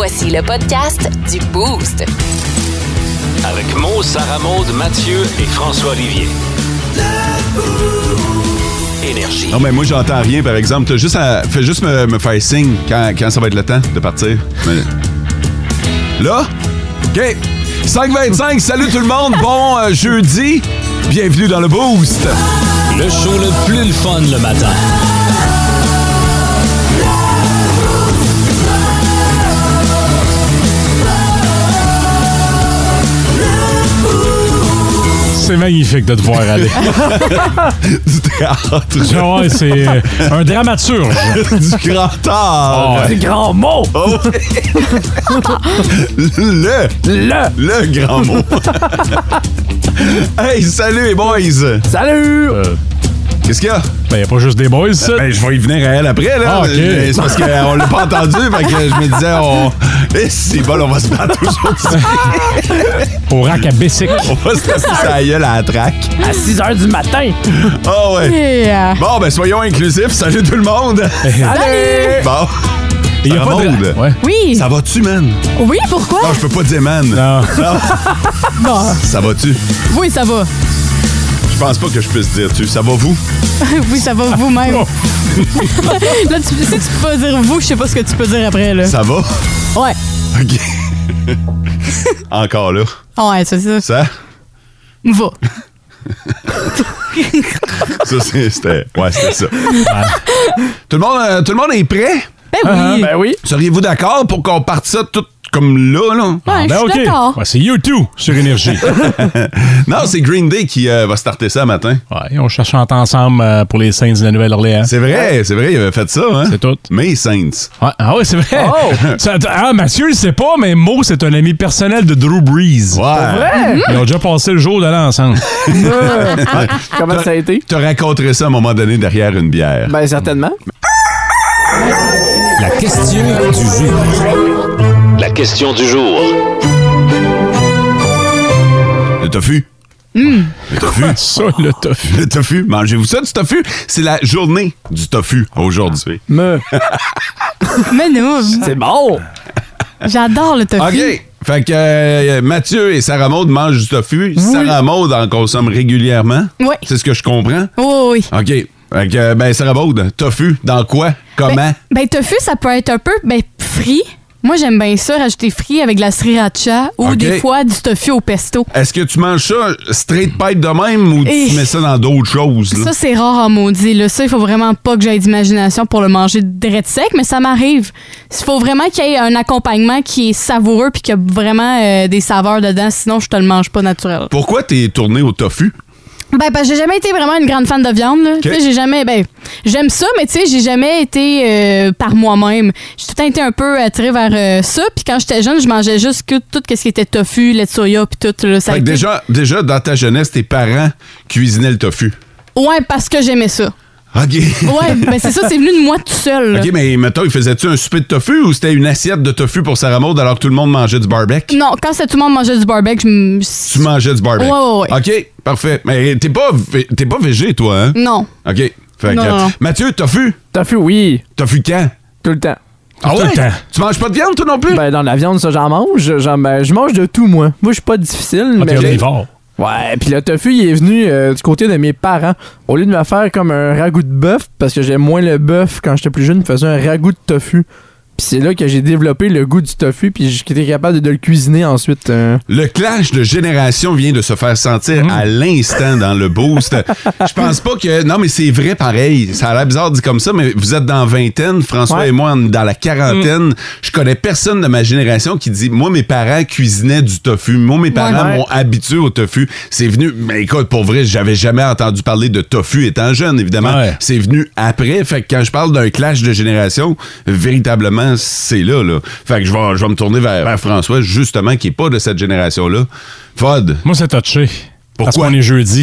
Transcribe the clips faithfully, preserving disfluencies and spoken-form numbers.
Voici le podcast du Boost. Avec Mo, Sarah Maud, Mathieu et François Olivier. Énergie. Non, mais moi, j'entends rien, par exemple. T'as juste à, fais juste me, me faire signe quand, quand ça va être le temps de partir. Mais... Là? OK. cinq vingt-cinq, salut tout le monde. Bon euh, jeudi. Bienvenue dans le Boost. Le show le plus le fun le matin. C'est magnifique de te voir aller. Du théâtre. Ouais, c'est euh, un dramaturge. Du grand art. Oh, C'est grand mot! Oh. le. Le! Le grand mot. Hey, salut les boys. Salut! Euh, Qu'est-ce qu'il y a? ben, y a pas juste des boys, ça. Ben, je vais y venir à elle après, là. Ah, OK. C'est parce qu'on l'a pas entendu, fait que je me disais, on... Eh, c'est bon, on va se battre aujourd'hui. Au rack à Bessic. On va se taper sa gueule à la traque. À six heures du matin! Ah ouais. Yeah. Bon, ben, soyons inclusifs. Salut tout le monde. Salut! Bon. Et y a Sarah pas de... Maud. Ouais. Oui. Ça va-tu, man? Oui, pourquoi? Non, je peux pas dire man. Non. Bon, Ça va-tu? oui, ça va. Je pense pas que je puisse dire tu. Ça va vous? Oui, ça va vous-même. Là, tu, si tu peux pas dire vous, je sais pas ce que tu peux dire après, là. Ça va? Ouais. OK. Encore là. Ouais, c'est ça. Ça? Va. Ça, c'est- c'était... Ouais, c'était ça. Tout, le monde, euh, tout le monde est prêt? Ben oui. Ben oui! Seriez-vous d'accord pour qu'on parte ça tout comme là, là? Ouais, Ben, je OK. suis d'accord. Ouais, c'est U deux sur Énergie. Non, c'est Green Day qui euh, va starter ça matin. Ouais, on cherche chanter ensemble euh, pour les Saints de la Nouvelle-Orléans. C'est vrai, c'est vrai, il avait fait ça, hein? C'est tout. Mais Saints. Ouais, ah ouais, c'est vrai. Oh! Ça- ah, Mathieu le sait pas, mais Mo, c'est un ami personnel de Drew Brees. Ouais. Ils ont déjà passé le jour d'aller ensemble. Comment ça a été? Te raconterais ça à un moment donné derrière une bière. Ben, certainement. La question du jour. La question du jour. Le tofu. Le tofu. Ça, le tofu. Le tofu. Mangez-vous ça du tofu? C'est la journée du tofu aujourd'hui. Me. Mais non, C'est bon! j'adore le tofu. OK. Fait que euh, Mathieu et Sarah Maud mangent du tofu. Sarah Maud en consomme régulièrement. Oui. C'est ce que je comprends. Oui, oui. OK. Fait que, euh, ben, Sarah Maud, tofu, dans quoi? Comment? Ben, ben, tofu, ça peut être un peu ben, frit. Moi, j'aime bien ça, rajouter frit avec de la sriracha ou OK. des fois du tofu au pesto. Est-ce que tu manges ça straight pipe de même ou Et- tu mets ça dans d'autres choses? Là? Ça, c'est rare en maudit. Là. Ça, il faut vraiment pas que j'aie d'imagination pour le manger direct sec, mais ça m'arrive. Il faut vraiment qu'il y ait un accompagnement qui est savoureux puis qu'il y a vraiment euh, des saveurs dedans. Sinon, je te le mange pas naturel. Pourquoi t'es tourné au tofu? Ben, parce que j'ai jamais été vraiment une grande fan de viande. Là. Tu sais, j'ai jamais. Ben, j'aime ça, mais tu sais, j'ai jamais été euh, par moi-même. J'ai tout le temps été un peu attirée vers euh, ça. Puis quand j'étais jeune, je mangeais juste que tout ce qui était tofu, lait de soya, puis tout. Là, ça a Fait que été- déjà, déjà, dans ta jeunesse, tes parents cuisinaient le tofu. Ouais, parce que j'aimais ça. OK. Ouais, ben c'est ça, c'est venu de moi tout seul. là. OK, mais mettons, il faisait-tu un souper de tofu ou c'était une assiette de tofu pour Sarah Maud alors que tout le monde mangeait du barbecue? Non, quand c'est tout le monde mangeait du barbecue, je me. Tu mangeais du barbecue? Ouais, ouais, ouais. OK, parfait. Mais t'es pas, vé- t'es pas végé, toi, hein? Non. OK. Fait que, Non, non, non. Mathieu, tofu? Tofu, oui. Tofu quand? Tout le temps. Ah Tout ouais? le temps. Tu manges pas de viande, toi non plus? Ben, dans la viande, ça, j'en mange. J'en- ben, je mange de tout, moi. Moi, je suis pas difficile, Ah, mais. t'es omnivore. Ouais, puis le tofu, il est venu euh, du côté de mes parents. Au lieu de me faire comme un ragoût de bœuf, parce que j'aime moins le bœuf quand j'étais plus jeune, ils me faisaient un ragoût de tofu. Puis c'est là que j'ai développé le goût du tofu, puis j'étais capable de, de le cuisiner ensuite. euh. Le clash de génération vient de se faire sentir Mmh. à l'instant dans le boost. Je pense pas que... Non, mais c'est vrai pareil. Ça a l'air bizarre dit comme ça, mais vous êtes dans la vingtaine. François Ouais. et moi, on est dans la quarantaine. Mmh. Je connais personne de ma génération qui dit « Moi, mes parents cuisinaient du tofu. Moi, mes parents Ouais. m'ont habitué au tofu. » C'est venu... Mais écoute, pour vrai, j'avais jamais entendu parler de tofu étant jeune, évidemment. Ouais. C'est venu après. Fait que quand je parle d'un clash de génération, véritablement, c'est là, là. Fait que je vais, je vais me tourner vers, vers François, justement, qui est pas de cette génération-là. Fod, Moi, c'est touché. Pourquoi? Parce qu'on est jeudi.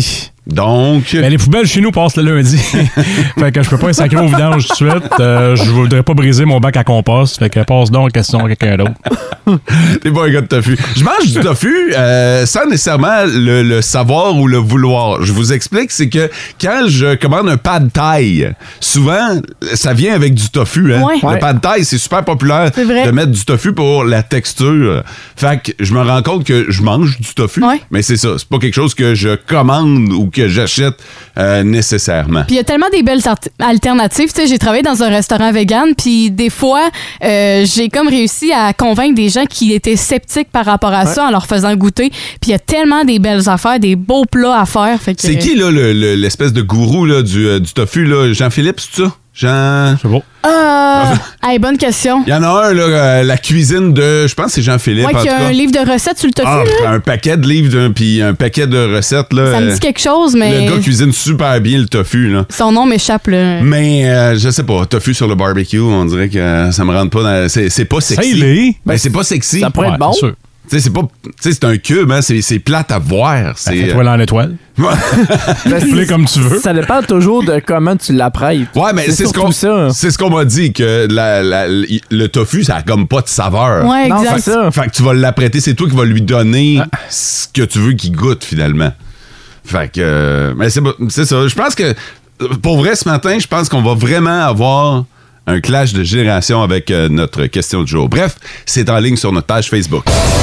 Donc... Ben, les poubelles chez nous passent le lundi. Fait que je peux pas les sacrer au vidange tout de suite. Euh, je voudrais pas briser mon bac à compost. Fait que passe donc question à quelqu'un d'autre. T'es pas un gars de tofu. Je mange du tofu euh, sans nécessairement le, le savoir ou le vouloir. Je vous explique, c'est que quand je commande un pad thai, souvent, ça vient avec du tofu. Hein? Ouais. Le pad thai, c'est super populaire de mettre du tofu pour la texture. Fait que je me rends compte que je mange du tofu, ouais. mais c'est ça. C'est pas quelque chose que je commande ou que j'achète euh, nécessairement. Puis il y a tellement des belles art- alternatives. Tu sais, j'ai travaillé dans un restaurant vegan, puis des fois, euh, j'ai comme réussi à convaincre des gens qui étaient sceptiques par rapport à ouais. ça en leur faisant goûter. Puis il y a tellement des belles affaires, des beaux plats à faire. Fait que... C'est qui, là, le, le, l'espèce de gourou là, du, euh, du tofu, là? Jean-Philippe, c'est ça? Jean... C'est bon. Euh... hey, bonne question. Il y en a un, là, euh, la cuisine de... Je pense que c'est Jean-Philippe, ouais, en qui tout a cas. un livre de recettes sur le tofu, ah, là. Un paquet de livres, puis un paquet de recettes, là. Ça me dit quelque chose, mais... Le gars cuisine super bien le tofu, là. Son nom m'échappe, là. Mais, euh, je sais pas, tofu sur le barbecue, on dirait que ça me rentre pas dans... C'est, c'est pas sexy. Ça, il est. Ben, c'est pas sexy. Ça pourrait ouais, être bon. Sûr. Tu sais, c'est pas... Tu sais, c'est un cube, hein, c'est, c'est plate à voir. C'est... C'est... Fais-toi en étoile. Ben, Fais comme tu veux. Ça dépend toujours de comment tu l'apprêtes. Ouais, mais c'est, c'est, ce qu'on, ça. c'est ce qu'on m'a dit, que la, la, le tofu, ça a comme pas de saveur. Ouais, non, exact. c'est ça. Fait que tu vas l'apprêter, c'est toi qui vas lui donner ah. ce que tu veux qu'il goûte, finalement. Fait que... Euh, mais c'est, c'est ça. Je pense que, pour vrai, ce matin, je pense qu'on va vraiment avoir un clash de génération avec euh, notre question du jour. Bref, c'est en ligne sur notre page Facebook.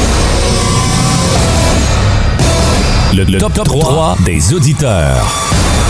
Le, le top, top trois des auditeurs.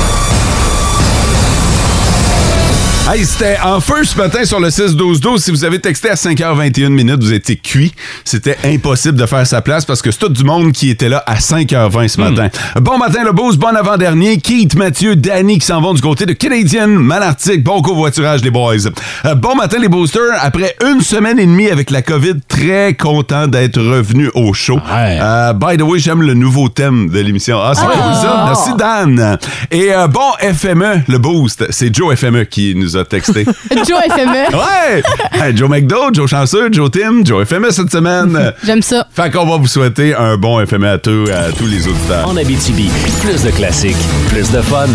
Hey, c'était en feu ce matin sur le six douze douze. Si vous avez texté à cinq heures vingt et une minutes, vous étiez cuit. C'était impossible de faire sa place parce que c'est tout du monde qui était là à cinq heures vingt ce matin. Mm. Bon matin, le boost. Bon avant-dernier. Keith, Mathieu, Danny qui s'en vont du côté de Canadian, Malartic. Bon covoiturage, les boys. Euh, bon matin, les boosters. Après une semaine et demie avec la COVID, très content d'être revenu au show. Ouais. Euh, by the way, j'aime le nouveau thème de l'émission. Ah, c'est oh. cool ça. Merci, Dan. Et euh, bon, F M E, le boost. C'est Joe F M E qui nous a texté. Joe F M E. Ouais! Hey, Joe McDo, Joe Chanceux, Joe Tim, Joe F M E cette semaine. J'aime ça. Fait qu'on va vous souhaiter un bon F M E à tous, à tous les auditeurs. En Abitibi, plus de classiques, plus de fun.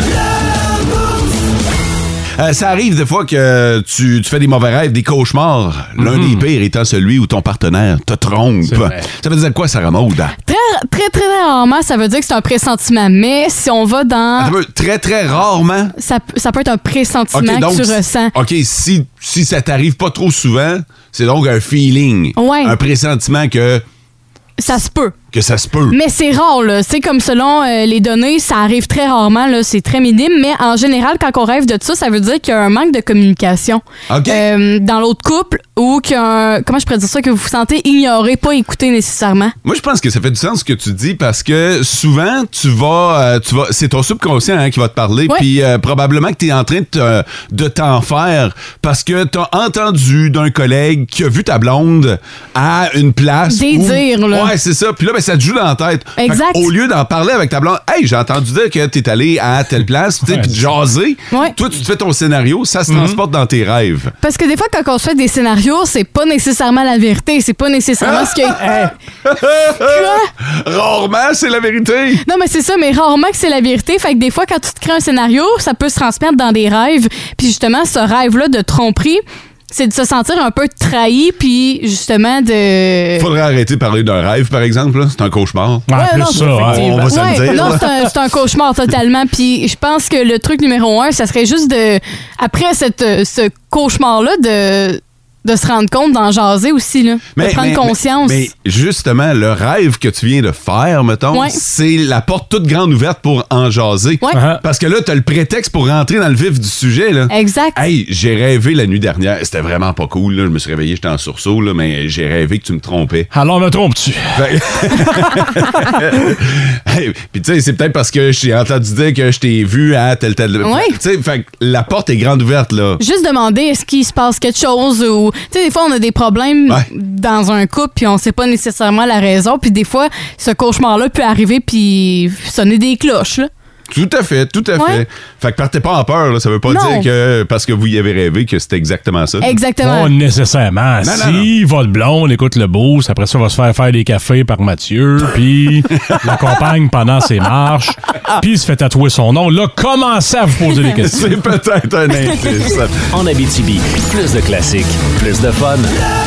Euh, ça arrive des fois que tu, tu fais des mauvais rêves, des cauchemars. L'un Mm-hmm. des pires étant celui où ton partenaire te trompe. Ça veut dire quoi, Sarah Maud? Très, très, très rarement, ça veut dire que c'est un pressentiment. Mais si on va dans... Attends, très, très rarement. Ça, ça peut être un pressentiment Okay, donc, que tu ressens. OK, si, si ça t'arrive pas trop souvent, c'est donc un feeling. Ouais. Un pressentiment que... Ça se peut. Que ça se peut. Mais c'est rare, là. C'est comme selon euh, les données, ça arrive très rarement, là. C'est très minime. Mais en général, quand on rêve de ça, ça veut dire qu'il y a un manque de communication. OK. Euh, dans l'autre couple ou qu'il y a un... Comment je pourrais dire ça? Que vous vous sentez ignoré, pas écouté nécessairement. Moi, je pense que ça fait du sens ce que tu dis parce que souvent, tu vas... Euh, tu vas c'est ton subconscient hein, qui va te parler Ouais. puis euh, probablement que tu es en train de, te, de t'en faire parce que tu as entendu d'un collègue qui a vu ta blonde à une place Des où... dires, là. Ouais, c'est ça. Puis là, ben, ça te joue dans la tête. Exact. Fait au lieu d'en parler avec ta blonde, « Hey, j'ai entendu dire que t'es allé à telle place, tu sais, Ouais. puis de jaser. Ouais. Toi, tu te fais ton scénario, ça se transporte dans tes rêves. Parce que des fois, quand on se fait des scénarios, c'est pas nécessairement la vérité. C'est pas nécessairement ce que... Quoi? Rarement, c'est la vérité. Non, mais c'est ça, mais rarement que c'est la vérité. Fait que des fois, quand tu te crées un scénario, ça peut se transmettre dans des rêves. Puis justement, ce rêve-là de tromperie, c'est de se sentir un peu trahi, puis justement de... Faudrait arrêter de parler d'un rêve, par exemple. Là. C'est un cauchemar. Ouais, Ouais, plus non, ça, ouais. On va se Ouais, le dire. non, là. c'est un, c'est un cauchemar totalement. Puis je pense que le truc numéro un, ça serait juste de... Après cette, ce cauchemar-là, de... de se rendre compte, d'en jaser aussi, là. de prendre conscience. Mais, mais justement, le rêve que tu viens de faire, mettons, Ouais. c'est la porte toute grande ouverte pour en jaser. Ouais. Uh-huh. Parce que là, t'as le prétexte pour rentrer dans le vif du sujet. Là. Exact. Hey, j'ai rêvé la nuit dernière. C'était vraiment pas cool. Là. Je me suis réveillé, j'étais en sursaut, là, mais j'ai rêvé que tu me trompais. Alors, me trompes-tu? Hey, puis tu sais, c'est peut-être parce que j'ai entendu dire que je t'ai vu à tel tel. Ouais. Tu sais, fait que la porte est grande ouverte là. Juste demander est-ce qu'il se passe quelque chose ou... Tu sais, des fois, on a des problèmes Ouais. dans un couple puis on sait pas nécessairement la raison. Puis des fois, ce cauchemar-là peut arriver puis sonner des cloches, là. Tout à fait, tout à Ouais. fait. Fait que partez pas en peur, là. Ça veut pas Non. dire que parce que vous y avez rêvé que c'était exactement ça. Exactement. Pas nécessairement. Non, non, si votre blonde écoute le boost, après ça, va se faire faire des cafés par Mathieu, puis l'accompagne pendant ses marches, puis il se fait tatouer son nom. Là, commencez à vous poser des questions. C'est peut-être un indice. En Abitibi, plus de classiques, plus de fun.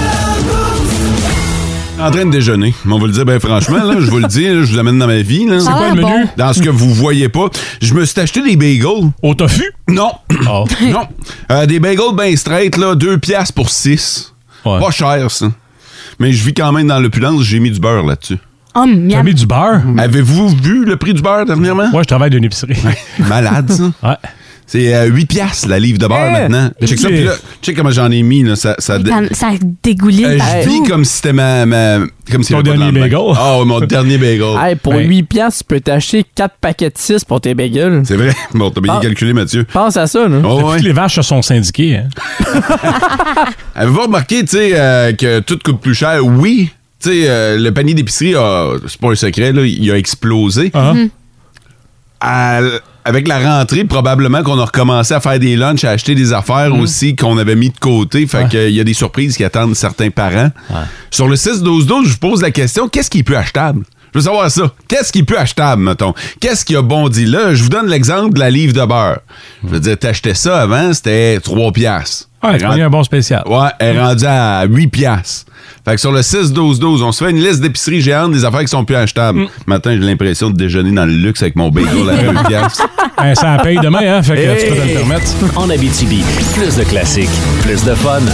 En train de déjeuner. On va le dire bien franchement, là, je vous le dis, là, je vous amène dans ma vie. Là. Ça a quoi l'air le menu? bon. Dans ce que vous voyez pas. Je me suis acheté des bagels. Au tofu? Non. Oh. Non. Euh, des bagels bien straight, là, deux piastres pour six. Ouais. Pas cher, ça. Mais je vis quand même dans l'opulence, j'ai mis du beurre là-dessus. Oh, T'as miam. mis du beurre? Avez-vous vu le prix du beurre dernièrement? Ouais, je travaille d'une épicerie. Malade, ça. Ouais. C'est euh, huit piastres la livre de beurre Eh! maintenant. Check ça, puis là, check comment j'en ai mis, là. Ça, ça, dé- Ça, ça dégouline Euh, je partout. vis comme si c'était ma, ma- comme si Ton j'avais pas de dernier lendemain. bagel. Ah, ouais, mon dernier bagel. Hey, pour Ben. huit piastres, tu peux t'acheter quatre paquets de six pour tes bagels. C'est vrai? Bon, t'as bien Ah. calculé, Mathieu. Pense à ça, là. Oh, Depuis ouais. que les vaches se sont syndiquées, hein? Avez-vous remarqué, tu sais, euh, que tout coûte plus cher? Oui. Tu sais, euh, le panier d'épicerie, a, c'est pas un secret, là, il a explosé. Ah. À- avec la rentrée, probablement qu'on a recommencé à faire des lunchs, à acheter des affaires aussi qu'on avait mis de côté. Fait Ouais. qu'il y a des surprises qui attendent certains parents. Sur le six douze douze, je vous pose la question, qu'est-ce qui est plus achetable? Je veux savoir ça. Qu'est-ce qui est plus achetable, mettons? Qu'est-ce qui a bondi? Là, je vous donne l'exemple de la livre de beurre. Je veux dire, t'achetais ça avant, c'était trois piastres. Ouais, tu as un bon spécial. Ouais, elle est rendue à huit piastres. Fait que sur le six douze douze, on se fait une liste d'épiceries géantes des affaires qui sont plus achetables. Mm. Matin, j'ai l'impression de déjeuner dans le luxe avec mon bagel à deux piastres. Hein, ça paye demain, hein? Fait que Hey! tu peux te le permettre. En Abitibi, plus de classiques, plus de fun.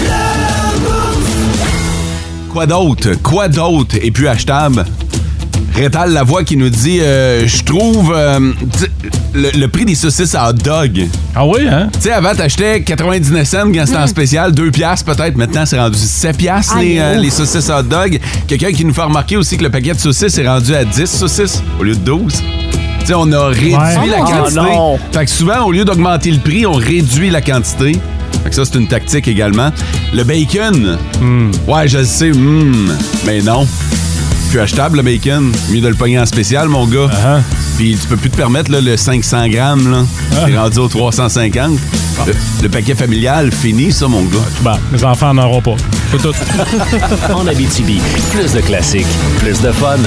Quoi d'autre? Quoi d'autre est plus achetable? Rétal Lavoie qui nous dit euh, je trouve euh, t'sais, le, le prix des saucisses à hot dog. Ah oui, hein? Tu sais, avant, t'achetais quatre-vingt-dix-neuf cents quand c'était en spécial, deux piastres peut-être. Maintenant, c'est rendu sept piastres les, euh, les saucisses à hot dog. Quelqu'un qui nous fait remarquer aussi que le paquet de saucisses est rendu à dix saucisses au lieu de douze. Tu sais, on a réduit Ouais. la Oh, quantité. non. Fait que souvent, au lieu d'augmenter le prix, on réduit la quantité. Fait que ça, c'est une tactique également. Le bacon. Ouais, je le sais. mm, mais non. Plus achetable, le bacon. Mieux de le pogner en spécial, mon gars. Uh-huh. Puis tu peux plus te permettre là, le cinq cents grammes. Là. C'est rendu au trois cent cinquante. Le, le paquet familial, fini, ça, mon gars. Bon, les enfants n'en auront pas. C'est tout. En Abitibi, plus de classiques, plus de fun.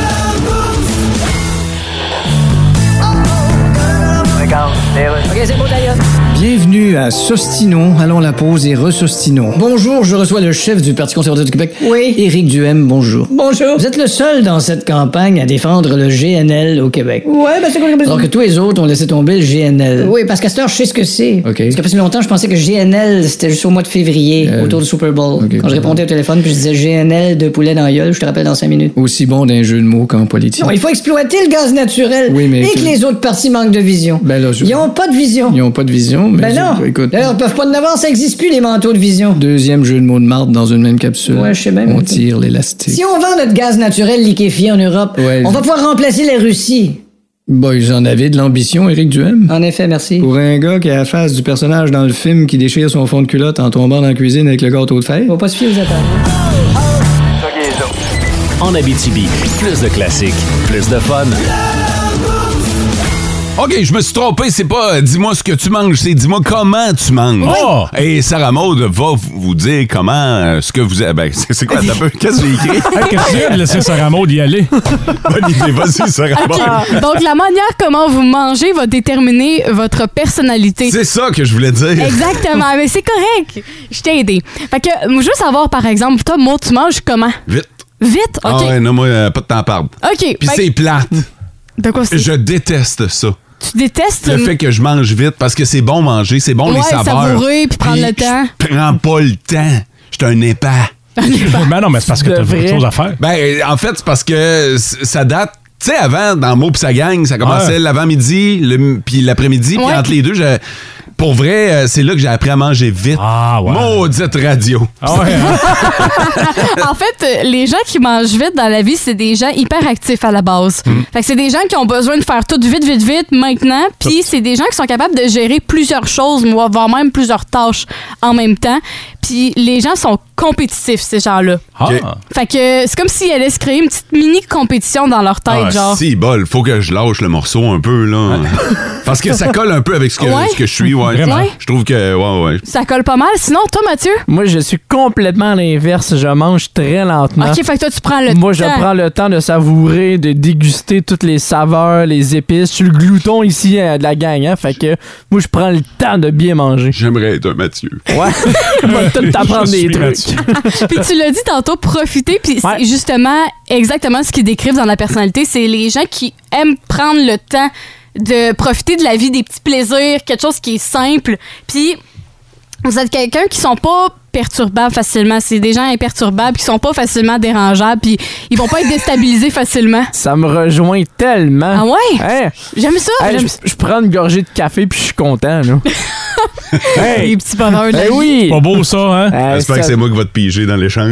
Bienvenue à Sostino. Allons la pause et resostinons. Bonjour, je reçois le chef du Parti conservateur du Québec. Oui. Éric Duhem, bonjour. Bonjour. Vous êtes le seul dans cette campagne à défendre le G N L au Québec. Ouais, ben c'est quoi le Alors que tous les autres ont laissé tomber le G N L. Oui, parce qu'à cette heure, je sais ce que c'est. OK. Parce qu'après si longtemps, je pensais que G N L, c'était juste au mois de février, autour du Super Bowl. Okay. Quand je répondais au téléphone puis je disais G N L de poulet dans la gueule, je te rappelle dans cinq minutes. Aussi bon d'un jeu de mots qu'en politique. Non, il faut exploiter le gaz naturel. Oui, mais... Et que les autres partis manquent de vision. Ben là, je... Ils ont pas de vision. Ils ont pas de vision, mais... Ben non. Écoute... D'ailleurs, ils peuvent pas en avoir, ça existe plus, les manteaux de vision. Deuxième jeu de mots de marde dans une même capsule. Ouais, je sais bien. On tire l'élastique. Si on vend notre gaz naturel liquéfié en Europe, ouais, on va pouvoir remplacer la Russie. Bah, ils en avaient de l'ambition, Éric Duhem. En effet, merci. Pour un gars qui a la face du personnage dans le film qui déchire son fond de culotte en tombant dans la cuisine avec le gâteau de fête. Faut pas se fier aux attaques. En Abitibi, plus de classiques, plus de fun. OK, je me suis trompé. C'est pas euh, dis-moi ce que tu manges, c'est dis-moi comment tu manges. Oh! Et Sarah Maud va vous dire comment euh, ce que vous avez. Ben, c'est, c'est quoi, t'as peu? Qu'est-ce que j'ai écrit? Hey, qu'est-ce que tu veux de laisser Sarah Maud y aller? Bonne idée, vas-y, Sarah Maud. OK. Donc, la manière comment vous mangez va déterminer votre personnalité. C'est ça que je voulais dire. Exactement, mais c'est correct. Je t'ai aidé. Fait que, je veux savoir, par exemple, toi, Maud, tu manges comment? Vite. Vite? OK. Ah ouais, non, moi, euh, pas de temps à perdre. OK. Puis Fait- c'est plate. De quoi c'est? Je déteste ça. Tu détestes Le fait que je mange vite parce que c'est bon manger, c'est bon Ouais, les saveurs. savourer puis prendre le temps. Je prends pas le temps. Je suis un épais. Ben non, mais c'est parce que t'as Devrais. beaucoup de choses à faire. Ben, en fait, c'est parce que c- ça date. Tu sais, avant, dans Mo pis sa gang, ça commençait Ouais. l'avant-midi, le, puis l'après-midi, puis Ouais. entre les deux, je- pour vrai, euh, c'est là que j'ai appris à manger vite. Ah, ouais. Maudite radio. Ah ouais, hein? En fait, euh, les gens qui mangent vite dans la vie, c'est des gens hyper actifs à la base. Mm. Fait que c'est des gens qui ont besoin de faire tout vite, vite, vite maintenant. Puis c'est des gens qui sont capables de gérer plusieurs choses, voire même plusieurs tâches en même temps. Puis les gens sont compétitifs, ces gens-là. Ah. Ok. Fait que c'est comme s'ils allaient se créer une petite mini-compétition dans leur tête, Ah, genre. si, bol, faut que je lâche le morceau un peu, là. Parce que ça colle un peu avec ce que, Ouais. ce que je suis, ouais. Vraiment. Ouais. Je trouve que, ouais, ouais. Ça colle pas mal. Sinon, toi, Mathieu? Moi, je suis complètement à l'inverse. Je mange très lentement. OK, fait que toi, tu prends le Moi, je temps. prends le temps de savourer, de déguster toutes les saveurs, les épices. Je suis le glouton ici euh, de la gang, hein. Fait que moi, je prends le temps de bien manger. J'aimerais être un Mathieu. Ouais. Je vais tout t'apprendre Je des suis trucs. Mathieu. Puis tu l'as dit tantôt, profiter. Puis Ouais. c'est justement exactement ce qu'ils décrivent dans la personnalité. C'est les gens qui aiment prendre le temps de profiter de la vie, des petits plaisirs, quelque chose qui est simple. Puis vous êtes quelqu'un qui sont pas perturbables facilement. C'est des gens imperturbables qui sont pas facilement dérangeables. Puis ils vont pas être déstabilisés facilement. Ça me rejoint tellement. Ah ouais? Hein? J'aime ça. Hey, j'aime je, je prends une gorgée de café puis je suis content, là. les petits bonheurs de la Eh vie. oui! Pas beau, ça, hein? Euh, J'espère ça- que c'est moi qui va te piger dans l'échange.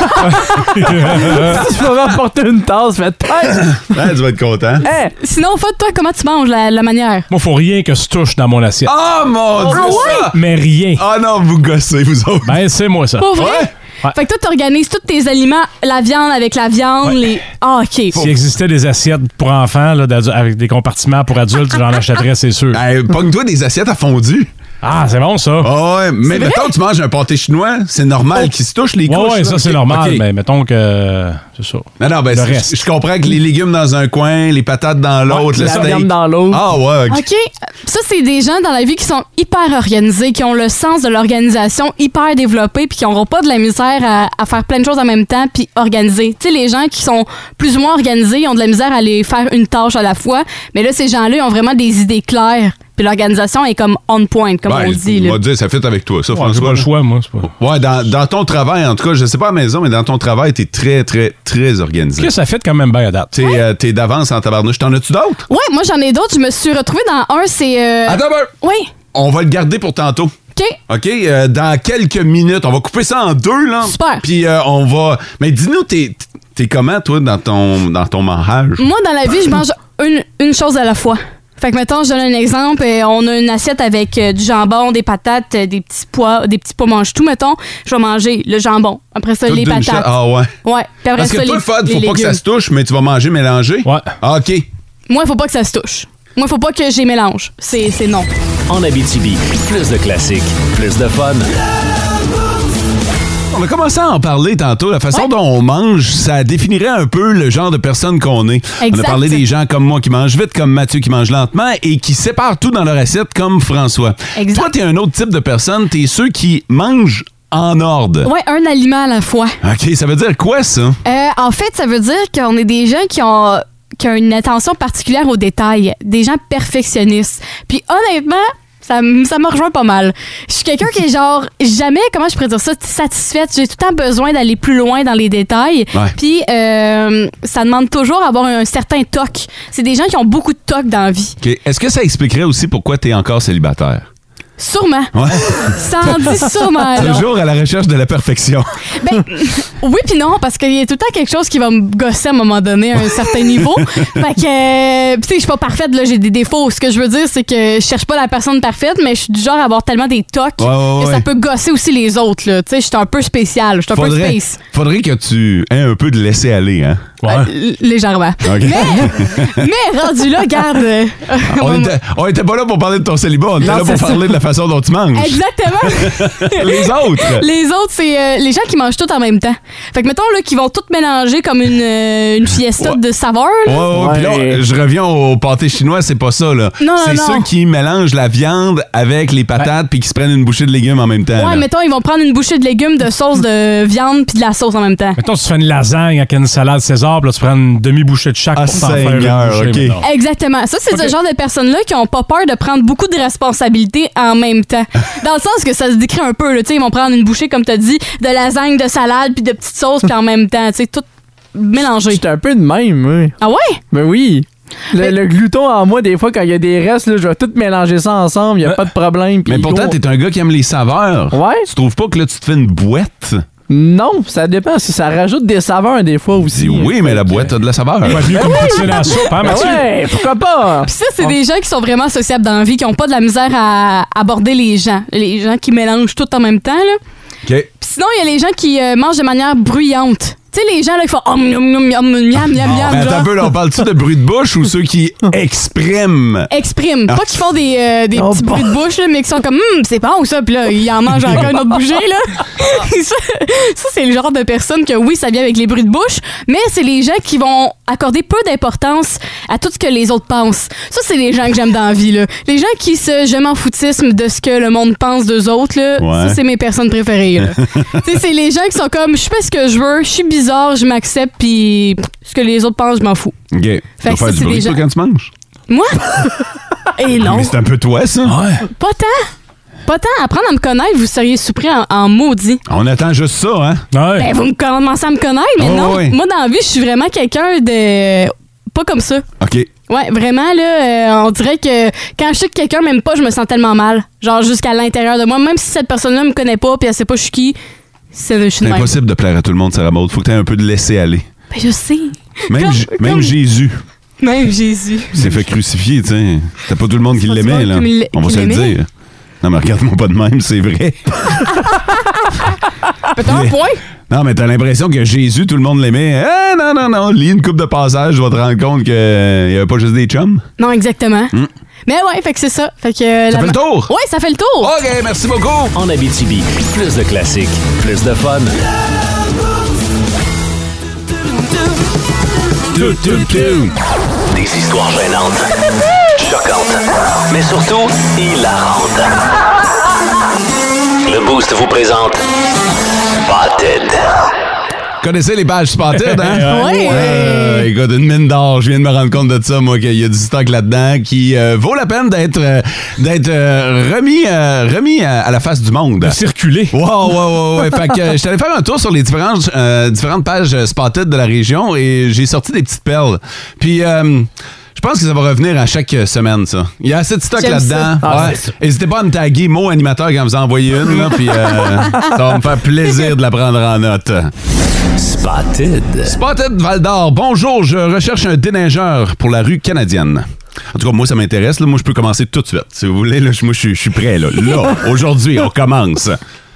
Si je peux m'apporter une tasse, faites Ah, tu vas être content. Hein? Sinon, Fod, toi, comment tu manges la, la manière? Moi, faut rien que se touche dans mon assiette. Oh mon Dieu, ça! Mais rien. Ah non, vous gossez, vous autres. Ben, c'est moi, ça. Pas vrai? Ouais. Fait que toi, t'organises tous tes aliments, la viande avec la viande, Ouais. les... Ah, OK. S'il existait des assiettes pour enfants, là, d'adu- avec des compartiments pour adultes, j'en achèterais, c'est sûr. Hey, pogne-toi des assiettes à fondu. Ah, c'est bon, ça. Ah ouais, mais vrai? mettons, tu manges un pâté chinois, c'est normal qu'ils se touchent les Ouais, couches. ouais, là. ça, c'est Ok, normal, ok. mais mettons que. C'est ça. Non, non, ben, Le c'est- reste. je comprends que les légumes dans un coin, les patates dans l'autre, le La steak. viande dans l'autre. Ah ouais, ok. OK. Ça, c'est des gens dans la vie qui sont hyper organisés, qui ont le sens de l'organisation hyper développé, puis qui n'auront pas de la misère à, à faire plein de choses en même temps, puis organisés. Tu sais, les gens qui sont plus ou moins organisés, ils ont de la misère à aller faire une tâche à la fois. Mais là, ces gens-là, ils ont vraiment des idées claires. Puis l'organisation est comme on point, comme Ben, on dit. on Là. va dire, ça fit avec toi, ça, Ouais, j'ai François. pas le choix, moi. c'est Pas... Ouais, dans, dans ton travail, en tout cas, je sais pas à la maison, mais dans ton travail, t'es très, très, très organisé. Que ça fait quand même bien à date. T'es euh, t'es d'avance en tabarnouche. T'en as-tu d'autres? Ouais, moi, j'en ai d'autres. Je me suis retrouvée dans un, c'est... euh, Attends, ben, Oui. on va le garder pour tantôt. OK. OK? Euh, dans quelques minutes, on va couper ça en deux, là. Super. Puis euh, on va... Mais dis-nous, t'es t'es comment, toi, dans ton, dans ton mangeage? Moi, dans la vie, je mange une, une chose à la fois. Fait que, mettons, je donne un exemple. euh, on a une assiette avec euh, du jambon, des patates, euh, des petits pois, des petits pois mange-tout, mettons. Je vais manger le jambon. Après ça, Tout les d'une patates. shot? Ah ouais. Ouais. Puis après Parce ça, que toi, les, Fod, les faut pas que ça légumes. se touche, mais tu vas manger mélangé? Ouais. Ah, OK. Moi, il faut pas que ça se touche. Moi, il faut pas que j'ai mélange. C'est c'est non. En Abitibi, plus de classiques, plus de fun. On a commencé à en parler tantôt. La façon Ouais. dont on mange, ça définirait un peu le genre de personne qu'on est. On a Exact. parlé des gens comme moi qui mangent vite, comme Mathieu qui mange lentement et qui séparent tout dans leur assiette comme François. Exact. Toi, t'es un autre type de personne. T'es ceux qui mangent en ordre. Ouais, un aliment à la fois. OK, ça veut dire quoi, ça? Euh, en fait, ça veut dire qu'on est des gens qui ont, qui ont une attention particulière aux détails, des gens perfectionnistes. Puis honnêtement, ça, m- ça me rejoint pas mal. Je suis quelqu'un qui est genre jamais, comment je pourrais dire ça, satisfaite. J'ai tout le temps besoin d'aller plus loin dans les détails. Ouais. Puis euh, ça demande toujours d'avoir un certain toc. C'est des gens qui ont beaucoup de toc dans la vie. OK. Est-ce que ça expliquerait aussi pourquoi t'es encore célibataire? Sûrement. Ouais. Ça en dit sûrement long. Toujours à la recherche de la perfection. Ben, oui puis non, parce qu'il y a tout le temps quelque chose qui va me gosser à un moment donné à un certain niveau. Fait que, euh, pis tu sais, je suis pas parfaite, là, j'ai des défauts. Ce que je veux dire, c'est que je cherche pas la personne parfaite, mais je suis du genre à avoir tellement des tocs Ouais, ouais, que ouais. ça peut gosser aussi les autres, là. Tu sais, je suis un peu spécial, je suis un peu Faudrait, space. faudrait que tu aies un peu de laisser aller, hein? Ouais. Euh, l- légèrement. OK. Mais rendu là, garde. euh, On était, on était pas là pour parler de ton célibat, on était Non, là pour c'est ça. parler de la façon dont tu manges. Exactement. Les autres. Les autres, c'est euh, les gens qui mangent tout en même temps. Fait que, mettons, là, qui vont tout mélanger comme une, euh, une fiesta Ouais. de saveurs. Ouais, là. ouais, puis là, Ouais. je reviens au pâté chinois, c'est pas ça, là. Non, non, c'est non. ceux qui mélangent la viande avec les patates puis qui se prennent une bouchée de légumes en même temps. Ouais, là. mettons, ils vont prendre une bouchée de légumes, de sauce de viande puis de la sauce en même temps. Mettons, tu fais une lasagne avec une salade César, puis là, tu prends une demi-bouchée de chaque Ah, pour t'en faire une Seigneur, bouchée, OK. mettons. Exactement. Ça, c'est Ok. ce genre de personnes-là qui ont pas peur de prendre beaucoup de responsabilités en même temps. Dans le sens que ça se décrit un peu, là. Tu sais, ils vont prendre une bouchée, comme tu as dit, de lasagne, de salade, puis de petites sauces, puis en même temps, tu sais, tout mélangé. J'étais un peu de même, oui. Ah ouais? Ben oui. Le, Mais- le glouton en moi, des fois, quand il y a des restes, là, je vais tout mélanger ça ensemble, il n'y a Mais- pas de problème. puis Mais pourtant, go. t'es un gars qui aime les saveurs. Ouais? Tu trouves pas que là, tu te fais une boîte? Non, ça dépend. Si ça rajoute des saveurs des fois aussi. Dis oui, mais la boîte a de la saveur. Ouais, mieux comme poutine à la soupe, hein, Ben Mathieu? ouais, pourquoi pas? Puis ça, c'est des gens qui sont vraiment sociables dans la vie, qui ont pas de la misère à aborder les gens. Les gens qui mélangent tout en même temps, là. OK. Puis sinon, il y a les gens qui euh, mangent de manière bruyante. Tu sais, les gens là, qui font oh, miam, miam, miam, miam, miam, miam, Mais attends genre. un peu, là, on parle-tu de bruit de bouche ou ceux qui expriment? Expriment. Ah. Pas qu'ils font des, euh, des Oh, petits bon. bruits de bouche, là, mais qui sont comme hum, c'est bon ça, puis là, ils en mangent encore une autre bouchée, là. ça, ça, c'est le genre de personnes que oui, ça vient avec les bruits de bouche, mais c'est les gens qui vont accorder peu d'importance à tout ce que les autres pensent. Ça, c'est les gens que j'aime dans la vie, là. Les gens qui se je m'en foutisme de ce que le monde pense d'eux autres, là. Ouais. Ça, c'est mes personnes préférées, là. Tu sais, c'est les gens qui sont comme je fais ce que je veux, je suis bizarre, je m'accepte, puis ce que les autres pensent, je m'en fous. OK. Tu Fait vas que faire ça, du c'est bruit, des toi, gens- quand tu manges? Moi? Et non. Mais c'est un peu toi, ça. Ouais. Pas tant. Pas tant. Apprendre à me connaître, vous seriez surpris en, en maudit. On attend juste ça, hein? Ouais. Ben, vous me commencez à me connaître, mais Oh, non. oui. Moi, dans la vie, je suis vraiment quelqu'un de... Pas comme ça. OK. Ouais, vraiment, là, euh, on dirait que quand je sais que quelqu'un m'aime pas, je me sens tellement mal. Genre, jusqu'à l'intérieur de moi. Même si cette personne-là me connaît pas puis elle sait pas je suis qui, c'est, je suis C'est de même. impossible de plaire à tout le monde, Sarah Maud. Faut que tu aies un peu de laisser aller. Ben, je sais. Même, Comme- J- même comme- Jésus Même Jésus. s'est fait crucifier, tu sais. C'était pas tout le monde qui C'est pas tout le l'aimait, monde là. qui me- On va qui se le l'aimait. dire. Non, mais regarde-moi pas de même, c'est vrai. Peut-être un point. Non, mais t'as l'impression que Jésus, tout le monde l'aimait. Ah, non, non, non. Lis une coupe de passage, tu vas te rendre compte qu'il n'y avait pas juste des chums. Non, exactement. Mais ouais, fait que c'est ça. Fait que, euh, Ça la fait le ma- tour? Ouais, ça fait le tour. OK, merci beaucoup. En Abitibi, plus de classiques, plus de fun. Tout, tout, tout. Des histoires gênantes, choquantes, mais surtout hilarantes. Le Boost vous présente Spotted. Connaissez les pages Spotted, hein? Ouais. Euh, écoute, une mine d'or. Je viens de me rendre compte de ça, moi, qu'il y a du stock là-dedans qui euh, vaut la peine d'être euh, d'être euh, remis, euh, remis à, à la face du monde. De circuler. Wow, wow, wow, ouais. Fait que euh, je suis allé faire un tour sur les différentes, euh, différentes pages euh, Spotted de la région et j'ai sorti des petites perles. Puis, euh, je pense que ça va revenir à chaque semaine, ça. Il y a assez de stock J'aime là-dedans. ça. Ah, Ouais. N'hésitez pas à me taguer mot animateur quand vous en envoyez une, là, puis euh, ça va me faire plaisir de la prendre en note. Spotted. Spotted Val d'Or, bonjour, je recherche un déneigeur pour la rue canadienne. En tout cas, moi, ça m'intéresse. Là. Moi, je peux commencer tout de suite. Si vous voulez, là, je- moi, je suis- je suis prêt. Là, là aujourd'hui, on commence.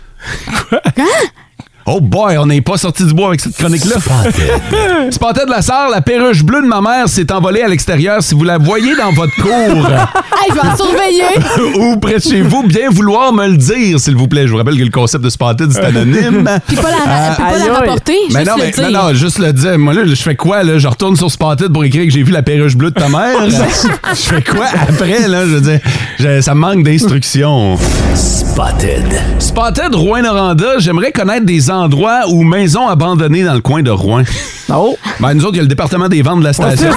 Oh boy, on n'est pas sorti du bois avec cette chronique-là. Spotted. Spotted la Sarre, la perruche bleue de ma mère s'est envolée à l'extérieur. Si vous la voyez dans votre cour Hey, je vais en surveiller. ou près de chez vous, bien vouloir me le dire, s'il vous plaît. Je vous rappelle que le concept de Spotted, c'est anonyme. Puis pas la, puis pas aïe, la aïe. rapporter. Mais juste non, le mais dire. non, non, juste le dire. Moi, là, je fais quoi, là? Je retourne sur Spotted pour écrire que j'ai vu la perruche bleue de ta mère. Je fais quoi après, là? Je veux dire, je- ça me manque d'instructions. Spotted. Spotted Rouen-Noranda, j'aimerais connaître des endroits ou maisons abandonnées dans le coin de Rouen. Oh! Ben, nous autres, il y a le département des ventes de la station.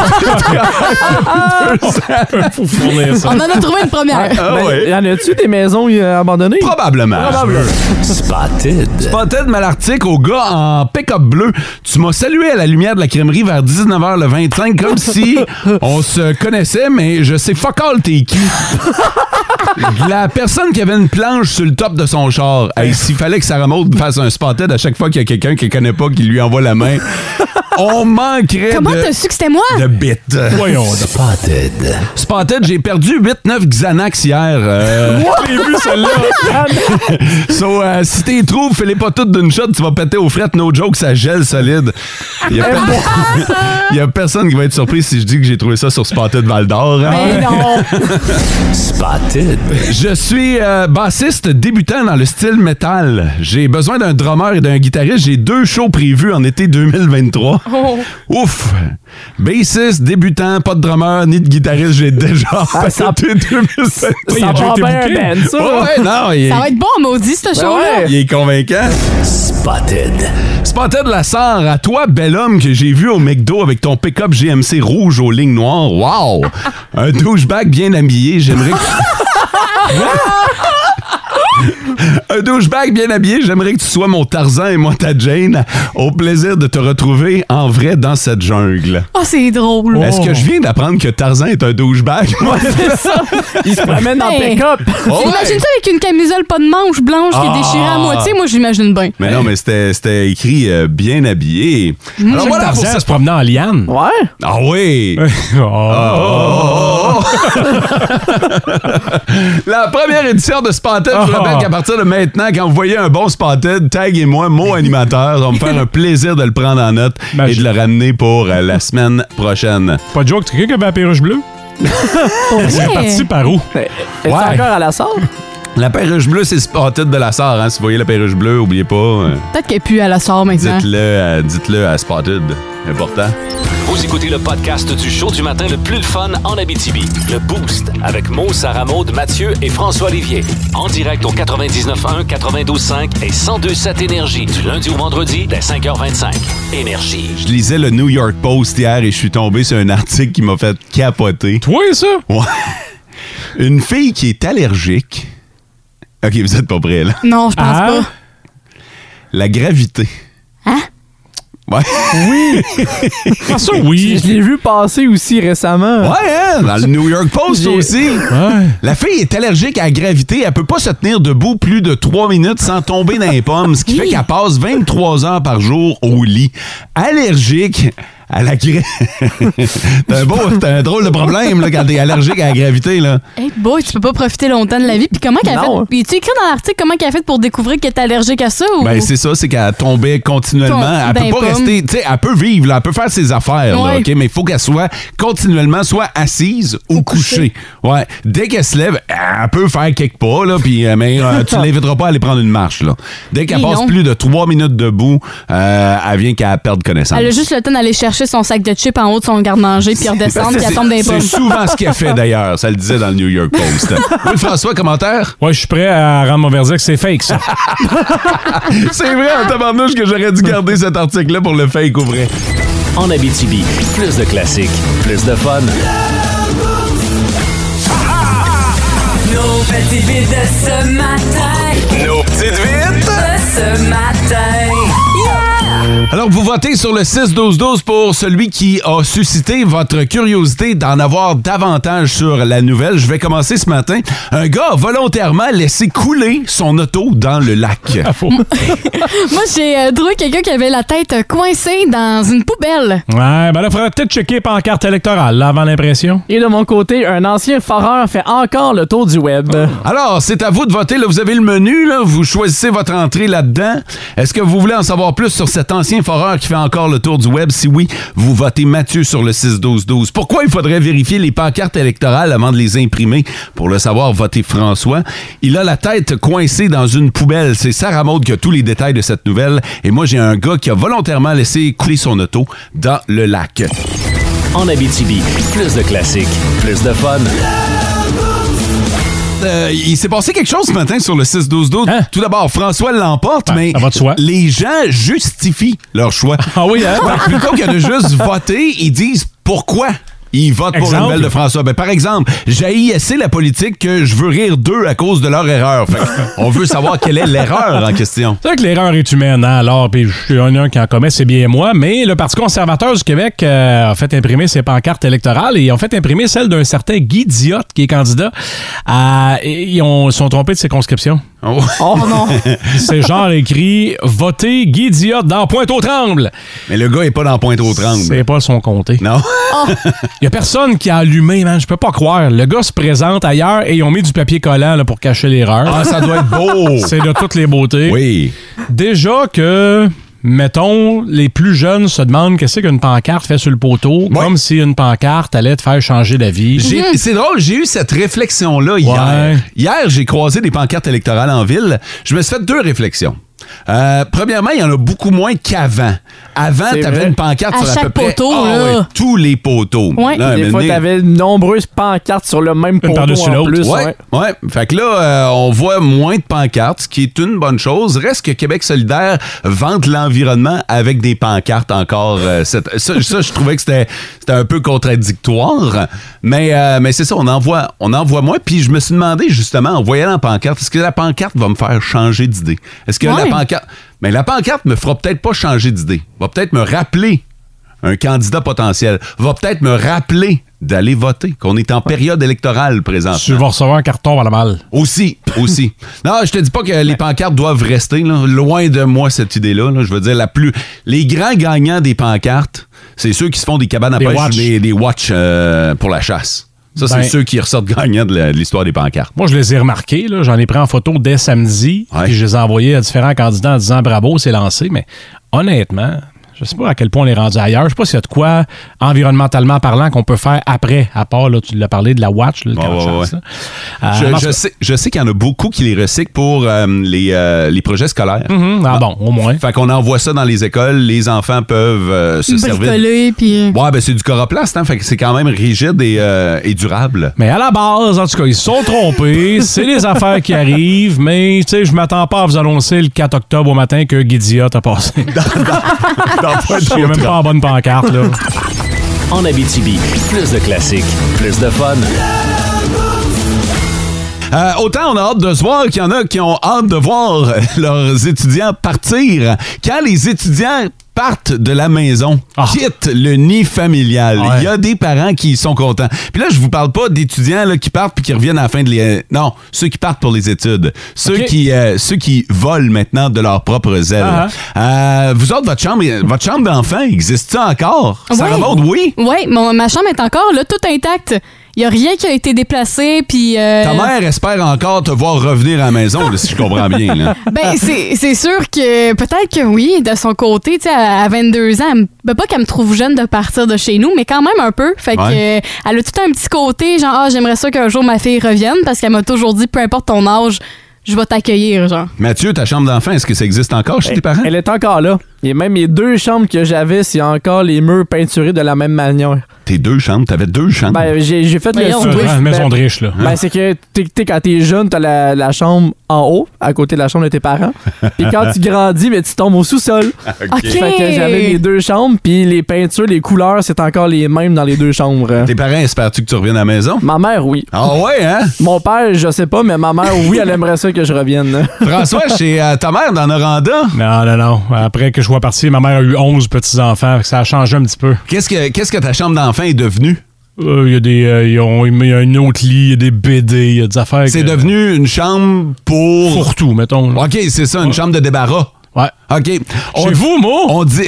Faut fournir ça. On en a trouvé une première. Ah Ben, ouais. y en a-tu des maisons euh, abandonnées? Probablement. Spotted. Spotted Malartic au gars en pick-up bleu. Tu m'as salué à la lumière de la crèmerie vers dix-neuf heures le vingt-cinq comme si on se connaissait, mais je sais fuck all t'es qui. La personne qui avait une planche sur le top de son char. Hey, s'il fallait que Sarah Maud fasse un Spotted à chaque fois qu'il y a quelqu'un qu'elle connaît pas qui lui envoie la main, on manquerait Comment de, t'as su que c'était moi? de bits. Voyons. donc. Spotted. Spotted, j'ai perdu huit neuf Xanax hier. Euh, J'ai vu celle-là. So, euh, si t'es trouves, fais-les pas toutes d'une shot, tu vas péter aux frettes, no joke, ça gèle solide. Il y a, per- Il y a personne qui va être surpris si je dis que j'ai trouvé ça sur Spotted Val d'Or. hein. Mais non. Spotted. Je suis euh, bassiste débutant dans le style métal. J'ai besoin d'un drummer et d'un guitariste. J'ai deux shows prévus en été deux mille vingt-trois. Oh. Ouf! Bassiste, débutant, pas de drummer, ni de guitariste, j'ai déjà Ah, ça- passé deux mille vingt-trois. Il a Ça déjà va été bien, booké. Ben, ça! Ouais, non, il est, Ça va être bon, maudit, ce show-là. ouais. il est convaincant. Spotted. Spotted la Sarre, à toi, bel homme que j'ai vu au McDo avec ton pick-up G M C rouge aux lignes noires. Wow! Un douchebag bien habillé, j'aimerais que... Un douchebag bien habillé, j'aimerais que tu sois mon Tarzan et moi ta Jane. Au plaisir de te retrouver en vrai dans cette jungle. Oh, c'est drôle. Est-ce que je viens d'apprendre que Tarzan est un douchebag? Il se promène en Hey. pick-up! Oh, ouais. Imagine ça avec une camisole pas de manche blanche qui est déchirée à moitié. Moi, j'imagine bien. Mais non, mais c'était c'était écrit euh, bien habillé. Mmh. Alors voilà pour Tarzan ça. se promenant en liane. Ouais! Ah oui! Oh. La première édition de Spotted, je vous rappelle qu'à partir de maintenant, maintenant, quand vous voyez un bon spotted, taguez-moi, mot animateur. Ça va me faire un plaisir de le prendre en note Ben, et je- de le ramener pour euh, la semaine prochaine. Pas de joke, tu quelqu'un qui avait la perruche bleue? C'est parti par où? Est-ce Ouais. encore à la sorte? La perruche bleue, c'est le spotted de la Sarre. Hein? Si vous voyez la perruche bleue, oubliez pas. euh, Peut-être qu'elle pue à la sort maintenant. dites-le, à, dites-le à Spotted. Important. Vous écoutez le podcast du show du matin le plus le fun en Abitibi. Le Boost avec Mo, Sarah Maud, Mathieu et François Olivier. En direct au quatre-vingt-dix-neuf un, quatre-vingt-douze cinq et cent deux sept Énergie du lundi au vendredi dès cinq heures vingt-cinq. Énergie. Je lisais le New York Post hier et je suis tombé sur un article qui m'a fait capoter. Toi, ça? Ouais. Une fille qui est allergique. OK, vous êtes pas prêts, là. Non, je pense Ah. pas. La gravité. Hein? Ouais. Ah, ça, oui. Je l'ai vu passer aussi récemment. Ouais, hein? Dans le New York Post J'ai- aussi. Ouais. La fille est allergique à la gravité. Elle peut pas se tenir debout plus de trois minutes sans tomber dans les pommes, ce qui fait qu'elle passe vingt-trois heures par jour au lit. Allergique à la gravité. T'as un, beau, t'as un drôle de problème là, quand t'es allergique à la gravité. Là. Hey boy, tu peux pas profiter longtemps de la vie. Puis comment qu'elle a Non. fait? Puis tu écrit dans l'article comment qu'elle a fait pour découvrir qu'elle était allergique à ça? Ou... Ben, c'est ça, c'est qu'elle tombait continuellement. Tom- Elle peut dans pas les pommes. rester. Tu sais, elle peut vivre, là, elle peut faire ses affaires, là, Ouais. OK? Mais il faut qu'elle soit continuellement soit assise ou couchée. Ouais. Dès qu'elle se lève, elle peut faire quelques pas, là, puis, euh, mais euh, tu ne l'inviteras pas à aller prendre une marche, là. Dès qu'elle Oui, passe non. plus de trois minutes debout, euh, elle vient qu'à perdre connaissance. Elle a juste le temps d'aller chercher son sac de chips en haut de son garde-manger puis redescendre puis elle C'est- tombe dans les C'est pommes. souvent ce qu'elle fait, d'ailleurs. Ça le disait dans le New York Post. Oui, François, commentaire? Ouais, je suis prêt à rendre mon verdict, c'est fake, ça. C'est vrai, en tabarnouche, que j'aurais dû garder cet article-là pour le fake ou vrai. En Abitibi, plus de classiques, plus de fun. Nos petites vites de ce matin. Nos petites vites! De ce matin. Alors, vous votez sur le six douze douze pour celui qui a suscité votre curiosité d'en avoir davantage sur la nouvelle. Je vais commencer ce matin. Un gars a volontairement laissé couler son auto dans le lac. Moi, j'ai euh, trouvé quelqu'un qui avait la tête coincée dans une poubelle. Ouais, ben là, il faudrait peut-être checker les pancartes électorales, là, avant l'impression. Et de mon côté, un ancien foreur fait encore le tour du web. Alors, c'est à vous de voter. Là, vous avez le menu. Là. Vous choisissez votre entrée là-dedans. Est-ce que vous voulez en savoir plus sur cet ancien foreur qui fait encore le tour du web? Si oui, vous votez Mathieu sur le six douze douze. Pourquoi il faudrait vérifier les pancartes électorales avant de les imprimer? Pour le savoir, votez François. Il a la tête coincée dans une poubelle. C'est Sarah Maud qui a tous les détails de cette nouvelle. Et moi, j'ai un gars qui a volontairement laissé couler son auto dans le lac. En Abitibi, plus de classiques, plus de fun. Euh, il s'est passé quelque chose ce matin sur le six douze douze. Hein? Tout d'abord, François l'emporte, Ah, mais ça va de soi. les gens justifient leur choix. Ah oui, hein? Fait que plutôt que de juste voter, ils disent pourquoi ils votent pour la Exemple. nouvelle de François. Ben, par exemple, j'ai assez la politique que je veux rire d'eux à cause de leur erreur. Fait que on veut savoir quelle est l'erreur en question. C'est vrai que l'erreur est humaine, hein? Alors, puis je suis un, un qui en commet, c'est bien moi, mais le Parti conservateur du Québec euh, a fait imprimer ses pancartes électorales et ils ont fait imprimer celle d'un certain Guy Diotte qui est candidat. À, et ils ont, sont trompés de circonscription. Oh. Oh non! C'est genre écrit « Votez Guy Diotte dans Pointe-aux-Trembles Mais le gars est pas dans Pointe-aux-Trembles. ». C'est pas son comté. Non. Il y a personne qui a allumé, man. Je peux pas croire. Le gars se présente ailleurs et ils ont mis du papier collant là, pour cacher l'erreur. Ah, ça doit être beau. C'est de toutes les beautés. Oui. Déjà que, mettons, les plus jeunes se demandent qu'est-ce qu'une pancarte fait sur le poteau, Ouais. comme si une pancarte allait te faire changer d'avis. J'ai- C'est drôle, j'ai eu cette réflexion-là hier. Ouais. Hier, j'ai croisé des pancartes électorales en ville. Je me suis fait deux réflexions. Euh, premièrement, il y en a beaucoup moins qu'avant. Avant, C'est t'avais vrai. une pancarte À sur à chaque peu près poteau, Ah là. ouais, tous les poteaux. Ouais. Là, Des un fois, moment donné- t'avais de nombreuses pancartes sur le même poteau par-dessus en l'autre. plus. Ouais, ouais. ouais. Fait que là, euh, on voit moins de pancartes, ce qui est une bonne chose. Reste que Québec solidaire vante l'environnement avec des pancartes encore. euh, cette- ça, ça, je trouvais que c'était c'était un peu contradictoire. Mais, euh, mais c'est ça, on en voit, on en voit moins. Puis je me suis demandé, justement, en voyant la pancarte, est-ce que la pancarte va me faire changer d'idée? Est-ce que la Ouais. pancarte... Mais la pancarte me fera peut-être pas changer d'idée. Va peut-être me rappeler un candidat potentiel. Va peut-être me rappeler d'aller voter, qu'on est en période électorale présentement. Tu vas recevoir un carton à la malle. Aussi, aussi. Non, je te dis pas que les pancartes doivent rester, là. Loin de moi cette idée-là. Là. Je veux dire, la plus, les grands gagnants des pancartes, c'est ceux qui se font des cabanes à Des pêche watch. ou des, des watch euh, pour la chasse. Ça, Ben- c'est ceux qui ressortent gagnants de la- de l'histoire des pancartes. Moi, je les ai remarqués. Là. J'en ai pris en photo dès samedi. Ouais. Puis je les ai envoyés à différents candidats en disant bravo, c'est lancé. Mais honnêtement, je sais pas à quel point on est rendu ailleurs. Je sais pas s'il y a de quoi, environnementalement parlant, qu'on peut faire après, à part, là, tu l'as parlé de la Watch, là, le Ouais, camp de ouais, chasse, ouais. là. Je, Euh, je sais, je sais qu'il y en a beaucoup qui les recyclent pour euh, les, euh, les projets scolaires. mhm, ah bon, au moins. Fait qu'on envoie ça dans les écoles. Les enfants peuvent euh, se servir. Bricoler, puis... Ouais, ben c'est du coroplast, hein? Fait que c'est quand même rigide et, euh, et durable. Mais à la base, en tout cas, ils se sont trompés. C'est les affaires qui arrivent, mais tu sais, je m'attends pas à vous annoncer le quatre octobre au matin que Guidia a passé. Je suis même pas en bonne pancarte, là. En Abitibi, plus de classiques, plus de fun. Euh, autant on a hâte de se voir qu'il y en a qui ont hâte de voir leurs étudiants partir. Quand les étudiants partent de la maison, Ah. quittent le nid familial, Ouais. il y a des parents qui sont contents. Puis là, je vous parle pas d'étudiants là, qui partent puis qui reviennent à la fin de les... Non, ceux qui partent pour les études. Ceux, Ok. qui, euh, ceux qui volent maintenant de leurs propres ailes. Ah. Euh, vous autres, votre chambre, votre chambre d'enfant, existe-t-elle encore? Ça Ouais. remonte, oui? Oui, mon, ma chambre est encore là, toute intacte. Il n'y a rien qui a été déplacé, puis... euh, Ta mère espère encore te voir revenir à la maison, là, si je comprends bien. Là. Ben, c'est c'est sûr que peut-être que oui, de son côté, tu sais, à, à vingt-deux ans, elle me- ben, pas qu'elle me trouve jeune de partir de chez nous, mais quand même un peu. Fait que Ouais. euh, elle a tout un petit côté, genre, ah, j'aimerais ça qu'un jour ma fille revienne, parce qu'elle m'a toujours dit, peu importe ton âge, je vais t'accueillir, genre. Mathieu, ta chambre d'enfant, est-ce que ça existe encore chez tes parents? Elle est encore là. Et même les deux chambres que j'avais, c'est encore les murs peinturés de la même manière. Tes deux chambres? T'avais deux chambres? Ben, j'ai j'ai fait Voyons. le C'est switch. une maison Ben, de riche, là. Ben, c'est que t'es- t'es- quand t'es jeune, t'as la, la chambre en haut, à côté de la chambre de tes parents. Puis quand tu grandis, ben, tu tombes au sous-sol. OK. Fait que j'avais les deux chambres, puis les peintures, les couleurs, c'est encore les mêmes dans les deux chambres. Tes parents, espères-tu que tu reviennes à la maison? Ma mère, oui. Ah ouais, hein? Mon père, je sais pas, mais ma mère, oui, elle aimerait ça que je revienne. François, chez euh, ta mère dans Noranda, Non, non, non. Après que je sois parti, ma mère a eu onze petits-enfants. Fait que ça a changé un petit peu. qu'est-ce que, qu'est-ce que ta chambre d'enfant est devenue? Euh, Il y a des, euh, ils ont- il y a un autre lit, il y a des B D, il y a des affaires. C'est que- devenu une chambre pour... Pour tout, mettons. là. OK, c'est ça, une chambre de débarras. Ouais. OK. On, Chez vous, moi? on dit...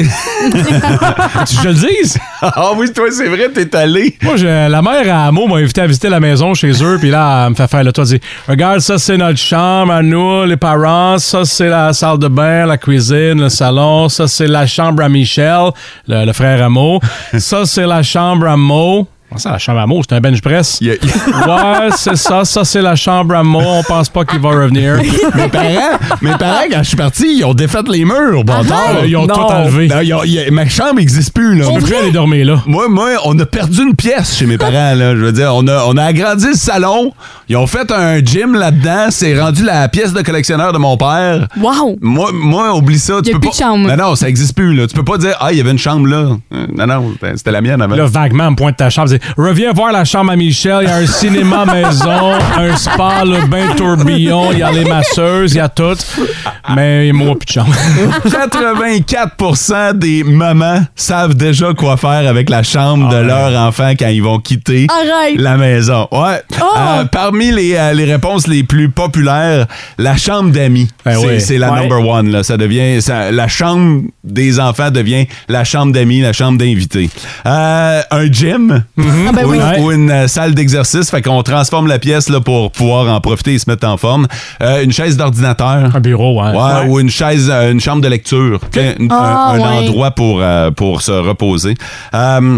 Tu je le dise? Ah oui, toi, c'est vrai, t'es allé. Moi, j'ai- la mère à Amo m'a invité à visiter la maison chez eux, puis là, elle me fait faire le toit. Elle dit regarde, ça, c'est notre chambre à nous, les parents. Ça, c'est la salle de bain, la cuisine, le salon. Ça, c'est la chambre à Michel, le, le frère Amo. Ça, c'est la chambre à Mo. Comment ça, la chambre à Mo? C'est un bench press. Il y a- il y a- Ouais, c'est ça. Ça, c'est la chambre à Mo. On pense pas qu'il va revenir. mes parents, mes parents, quand je suis parti, ils ont défait les murs, bon tard. Euh, Ils ont Non. tout enlevé. Non, ils ont- il y a- ma chambre n'existe plus, là. Je peux plus aller dormir là. Moi, moi, on a perdu une pièce chez mes parents, là. Je veux dire, on a, on a agrandi le salon. Ils ont fait un gym là-dedans. C'est rendu la pièce de collectionneur de mon père. Wow! Moi, moi oublie ça. Y Tu a peux plus pas... de chambre. Non, non, ça existe plus, là. Tu peux pas dire, ah, il y avait une chambre là. Euh, Non, non, c'était- c'était la mienne avant. Là, vaguement, elle me pointe ta chambre. Elle dit, reviens voir la chambre à Michel. Il y a un cinéma maison, un spa, le bain tourbillon. Il y a les masseuses, il y a tout. Mais moi, plus de chambre. quatre-vingt-quatre pour cent des mamans savent déjà quoi faire avec la chambre de leur enfant quand ils vont quitter Arrête! la maison. Ouais. Euh, parmi les, euh, les réponses les plus populaires, la chambre d'amis. Ben c'est oui. c'est la Ouais. number one. Là. Ça devient, ça- la chambre des enfants devient la chambre d'amis, la chambre d'invités. Euh, un gym Ah ben ou, oui. une, ou une, euh, salle d'exercice. Fait qu'on transforme la pièce là, pour pouvoir en profiter et se mettre en forme. Euh, une chaise d'ordinateur. Un bureau, ouais. Ouais, ou une chaise, euh, une chambre de lecture. T'sais, une- Ah, un, un ouais. endroit pour, euh, pour se reposer. Euh,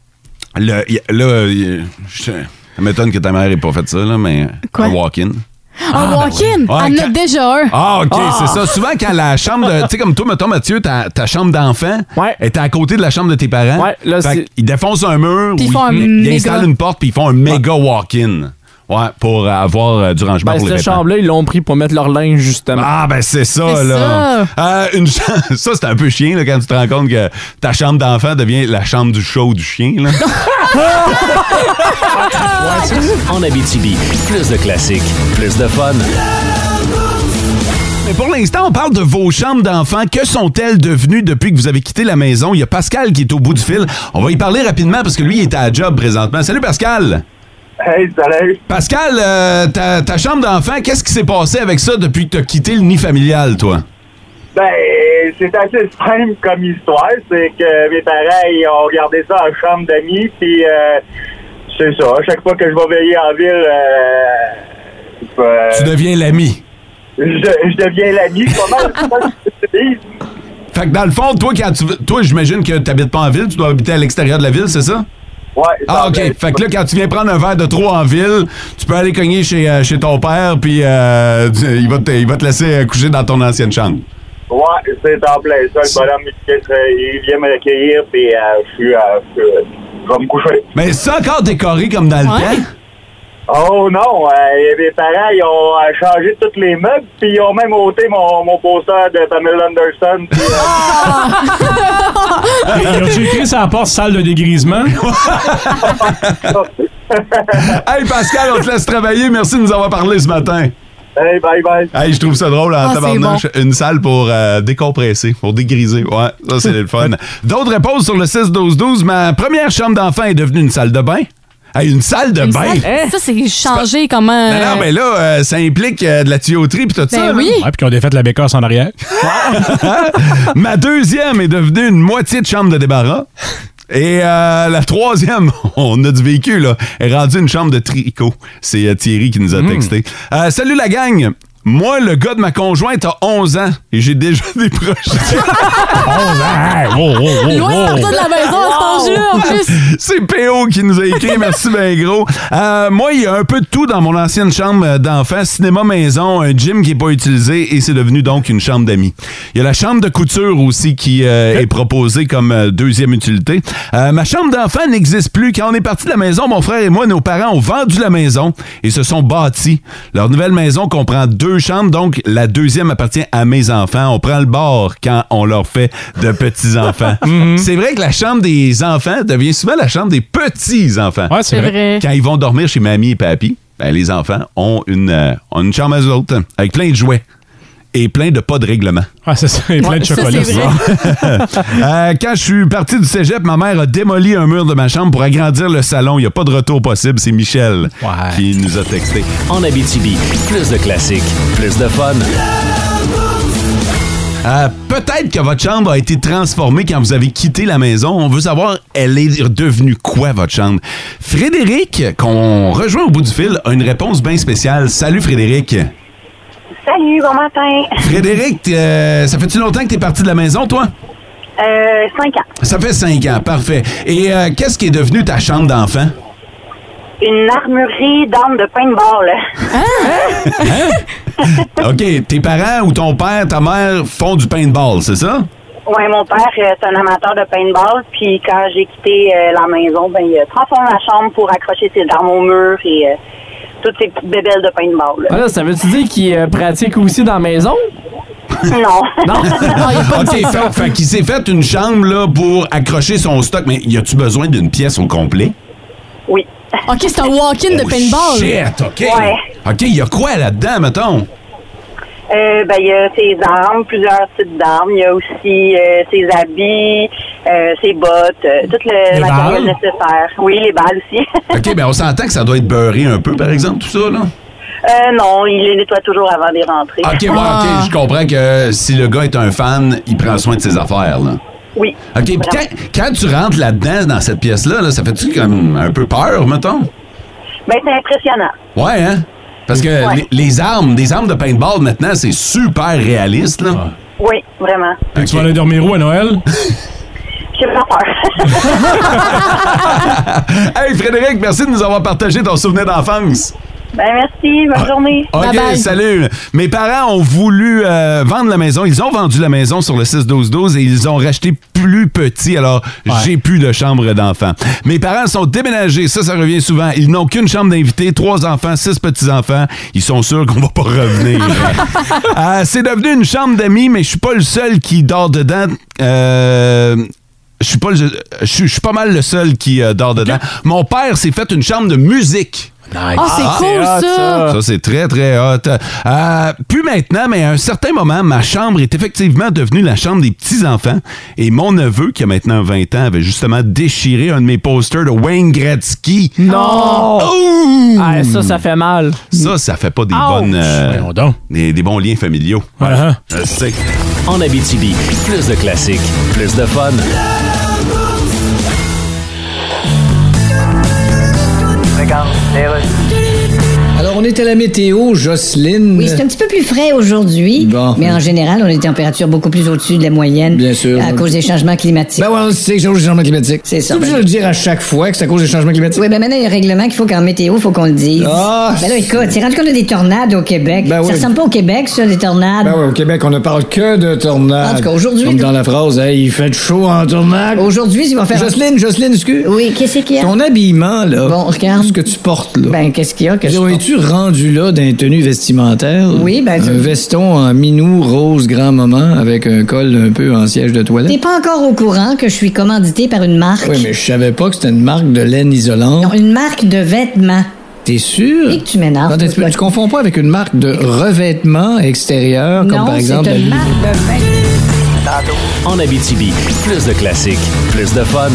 le- y- là, y- je- ça m'étonne que ta mère ait pas fait ça, là, mais Quoi? un walk-in. Un walk-in! Ouais, Elle en a quand- déjà un! Ah, OK, c'est ça. Souvent, quand la chambre de... Tu sais, comme toi, mettons, Mathieu, ta, ta chambre d'enfant Ouais. est à côté de la chambre de tes parents. Ouais, là, Fait c'est- qu'ils défoncent un mur, Puis ils ou font un ils, ils méga- installent une porte, puis ils font un méga walk-in. Ouais, pour avoir euh, du rangement Ben, pour les cette vêtements. chambre-là, ils l'ont pris pour mettre leur linge, justement. Ah, ben c'est ça, C'est là. ça. Euh, une cha- ça, c'est un peu chien, là, quand tu te rends compte que ta chambre d'enfant devient la chambre du show du chien, là. En Abitibi, plus de classiques, plus de fun. Mais pour l'instant, on parle de vos chambres d'enfants. Que sont-elles devenues depuis que vous avez quitté la maison? Il y a Pascal qui est au bout du fil. On va y parler rapidement parce que lui, il est à la job présentement. Salut, Pascal! Hey, salut! Pascal, euh, ta, ta chambre d'enfant, qu'est-ce qui s'est passé avec ça depuis que tu as quitté le nid familial, toi? Ben, c'est assez simple comme histoire. C'est que mes parents, ils ont regardé ça en chambre d'amis, puis euh, c'est ça. À chaque fois que je vais veiller en ville, euh, euh, Tu deviens l'ami. je, je deviens l'ami. Comment je dis? Fait que dans le fond, toi, quand tu, toi j'imagine que tu n'habites pas en ville, tu dois habiter à l'extérieur de la ville, c'est ça? Ouais. Ah, OK. Ben, Fait que là, quand tu viens prendre un verre de trop en ville, tu peux aller cogner chez, euh, chez ton père, puis euh, il, va te, il va te laisser coucher dans ton ancienne chambre. Ouais, c'est en plein ça. Le bonhomme, il, il vient me recueillir, puis euh, je suis... Euh, je, je vais me coucher. Mais c'est encore décoré comme dans le Ouais. temps? Oh non, euh, mes parents, ils ont euh, changé tous les meubles, puis ils ont même ôté mon, mon poster de Pamela Anderson. Puis, euh, Ils ont-tu écrit sur la porte salle de dégrisement? Hey Pascal, on te laisse travailler. Merci de nous avoir parlé ce matin. hey, bye bye. Hey, je trouve ça drôle en Ah, tabarnouche. Une salle pour euh, décompresser, pour dégriser. Ouais, ça, c'est le fun. D'autres réponses sur le six douze douze. Ma première chambre d'enfant est devenue une salle de bain. Hey, une salle de Une bain? salle- Ça, c'est changé comment. Non, non, mais là, euh, ça implique euh, de la tuyauterie puis tout Ben ça. oui. là. Ouais, puis qu'ils ont défait la bécasse en arrière. Ma deuxième est devenue une moitié de chambre de débarras. Et euh, la troisième, on a du véhicule, là, est rendue une chambre de tricot. C'est euh, Thierry qui nous a texté. Euh, salut la gang! Moi, le gars de ma conjointe a onze ans et j'ai déjà des projets. onze ans! Hey, wow, wow, wow, Loin de wow. sortir de la maison à cet âge-là, en plus. C'est P O qui nous a écrit. Merci ben gros. Euh, moi, il y a un peu de tout dans mon ancienne chambre d'enfant. Cinéma maison, un gym qui n'est pas utilisé et c'est devenu donc une chambre d'amis. Il y a la chambre de couture aussi qui euh, est proposée comme euh, deuxième utilité. Euh, ma chambre d'enfant n'existe plus. Quand on est parti de la maison, mon frère et moi, nos parents ont vendu la maison et se sont bâtis. Leur nouvelle maison comprend deux chambres, donc la deuxième appartient à mes enfants. On prend le bord quand on leur fait de petits-enfants. C'est vrai que la chambre des enfants devient souvent la chambre des petits-enfants. Ouais, c'est C'est vrai. vrai. Quand ils vont dormir chez mamie et papi, ben, les enfants ont une, euh, ont une chambre à eux autres avec plein de jouets et plein de pas de règlement. Ouais, c'est ça. Et plein Ouais, de ça, chocolat. c'est vrai. Euh, quand je suis parti du cégep, ma mère a démoli un mur de ma chambre pour agrandir le salon. Il n'y a pas de retour possible. C'est Michel Ouais. qui nous a texté. En Abitibi, plus de classiques, plus de fun. Euh, Peut-être que votre chambre a été transformée quand vous avez quitté la maison. On veut savoir, elle est devenue quoi, votre chambre? Frédéric, qu'on rejoint au bout du fil, a une réponse bien spéciale. Salut, Frédéric. Salut, bon matin. Frédéric, euh, ça fait-tu longtemps que tu es parti de la maison, toi? Euh, cinq ans. Ça fait cinq ans, parfait. Et euh, qu'est-ce qui est devenu ta chambre d'enfant? Une armurerie d'armes de paintball. OK, tes parents ou ton père, ta mère font du paintball, c'est ça? Ouais, mon père, euh, c'est un amateur de paintball. Puis quand j'ai quitté euh, la maison, ben, il a transformé la chambre pour accrocher ses armes au mur et euh, toutes ces petites bébelles de paintball. Ah là, ça veut-tu dire qu'il euh, pratique aussi dans la maison? Non. Non. OK, fait, fait qu'il s'est fait une chambre là, pour accrocher son stock, mais y a-tu besoin d'une pièce au complet? Oui. OK, c'est un walk-in de Oh, paintball. Shit, OK. Ouais. OK, il y a quoi là-dedans, mettons? Euh, ben, il y a ses armes, plusieurs types d'armes. Il y a aussi euh, ses habits, euh, ses bottes, euh, tout le Les matériel balles? nécessaire. Oui, les balles aussi. OK, ben on s'entend que ça doit être beurré un peu, par exemple, tout ça, là? euh, non, il les nettoie toujours avant d'y rentrer. OK, ouais, Ah. OK, je comprends que si le gars est un fan, il prend soin de ses affaires, là. Oui. OK, puis quand, quand tu rentres là-dedans, dans cette pièce-là, là, ça fait-tu comme un peu peur, mettons? Ben, c'est impressionnant. Ouais, hein? Parce que Ouais. les, les armes, des armes de paintball, maintenant, c'est super réaliste, là. Oui, vraiment. Fait que Tu vas aller dormir où à Noël? J'ai pas peur. Hey, Frédéric, merci de nous avoir partagé ton souvenir d'enfance. Ben, merci. Bonne journée. OK, Bye bye. salut. Mes parents ont voulu euh, vendre la maison. Ils ont vendu la maison sur le six douze douze et ils ont racheté plus petit. Alors, j'ai plus de chambre d'enfants. Mes parents sont déménagés. Ça, ça revient souvent. Ils n'ont qu'une chambre d'invités, trois enfants, six petits-enfants. Ils sont sûrs qu'on va pas revenir. Euh, c'est devenu une chambre d'amis, mais je suis pas le seul qui dort dedans. Euh... Je suis pas, le- je suis je suis pas mal le seul qui euh, dort dedans. Mon père s'est fait une chambre de musique. Ah, c'est cool, hot, ça. Ça, c'est très, très hot. Euh, plus maintenant, mais à un certain moment, ma chambre est effectivement devenue la chambre des petits-enfants. Et mon neveu, qui a maintenant vingt ans, avait justement déchiré un de mes posters de Wayne Gretzky. Non! Ouh! Ah, ça, ça fait mal. Ça, ça fait pas des, Ouch! bonnes, euh, Voyons donc. des, des bons liens familiaux. Ouais, hein? Je sais. En Abitibi, plus de classiques, plus de fun. Alors, on est à la météo, Jocelyne. Oui, c'est un petit peu plus frais aujourd'hui. Bon. Mais en général, on a des températures beaucoup plus au-dessus de la moyenne. Bien sûr. À cause des changements climatiques. Ben ouais, on sait que c'est à cause des changements climatiques. C'est ça. Tu obligé de le dire à chaque fois que c'est à cause des changements climatiques? Oui, ben maintenant, il y a un règlement qu'il faut qu'en météo, il faut qu'on le dise. Ah! Ben là, écoute, c'est rendu compte des tornades au Québec. Ben ça oui. ressemble pas au Québec, ça, les tornades. Ben ouais, au Québec, on ne parle que de tornades. En tout cas, aujourd'hui, Comme là- dans la phrase, hey, il fait chaud en tornade. Aujourd'hui, ils vont faire... Jocelyne, Jocelyne, excuse. Oui, qu'est-ce qu'il y a? Ton habillement, là. Bon, regarde. Ce que tu portes, là. Ben, qu'est-ce qu'il y a que je Dire, porte? es-tu rendu là d'un tenue vestimentaire? Oui, ben, Un tu- veston en minou rose grand-maman avec un col un peu en siège de toilette. T'es pas encore au courant que je suis commandité par une marque? Oui, mais je savais pas que c'était une marque de laine isolante. Non, une marque de vêtements. T'es sûr? Et que tu m'énerves. Attends, tu, tu confonds pas avec une marque de revêtements extérieurs, comme Non, par exemple... c'est la une Louis- marque de vêtements. En Abitibi, plus de classiques, plus de fun.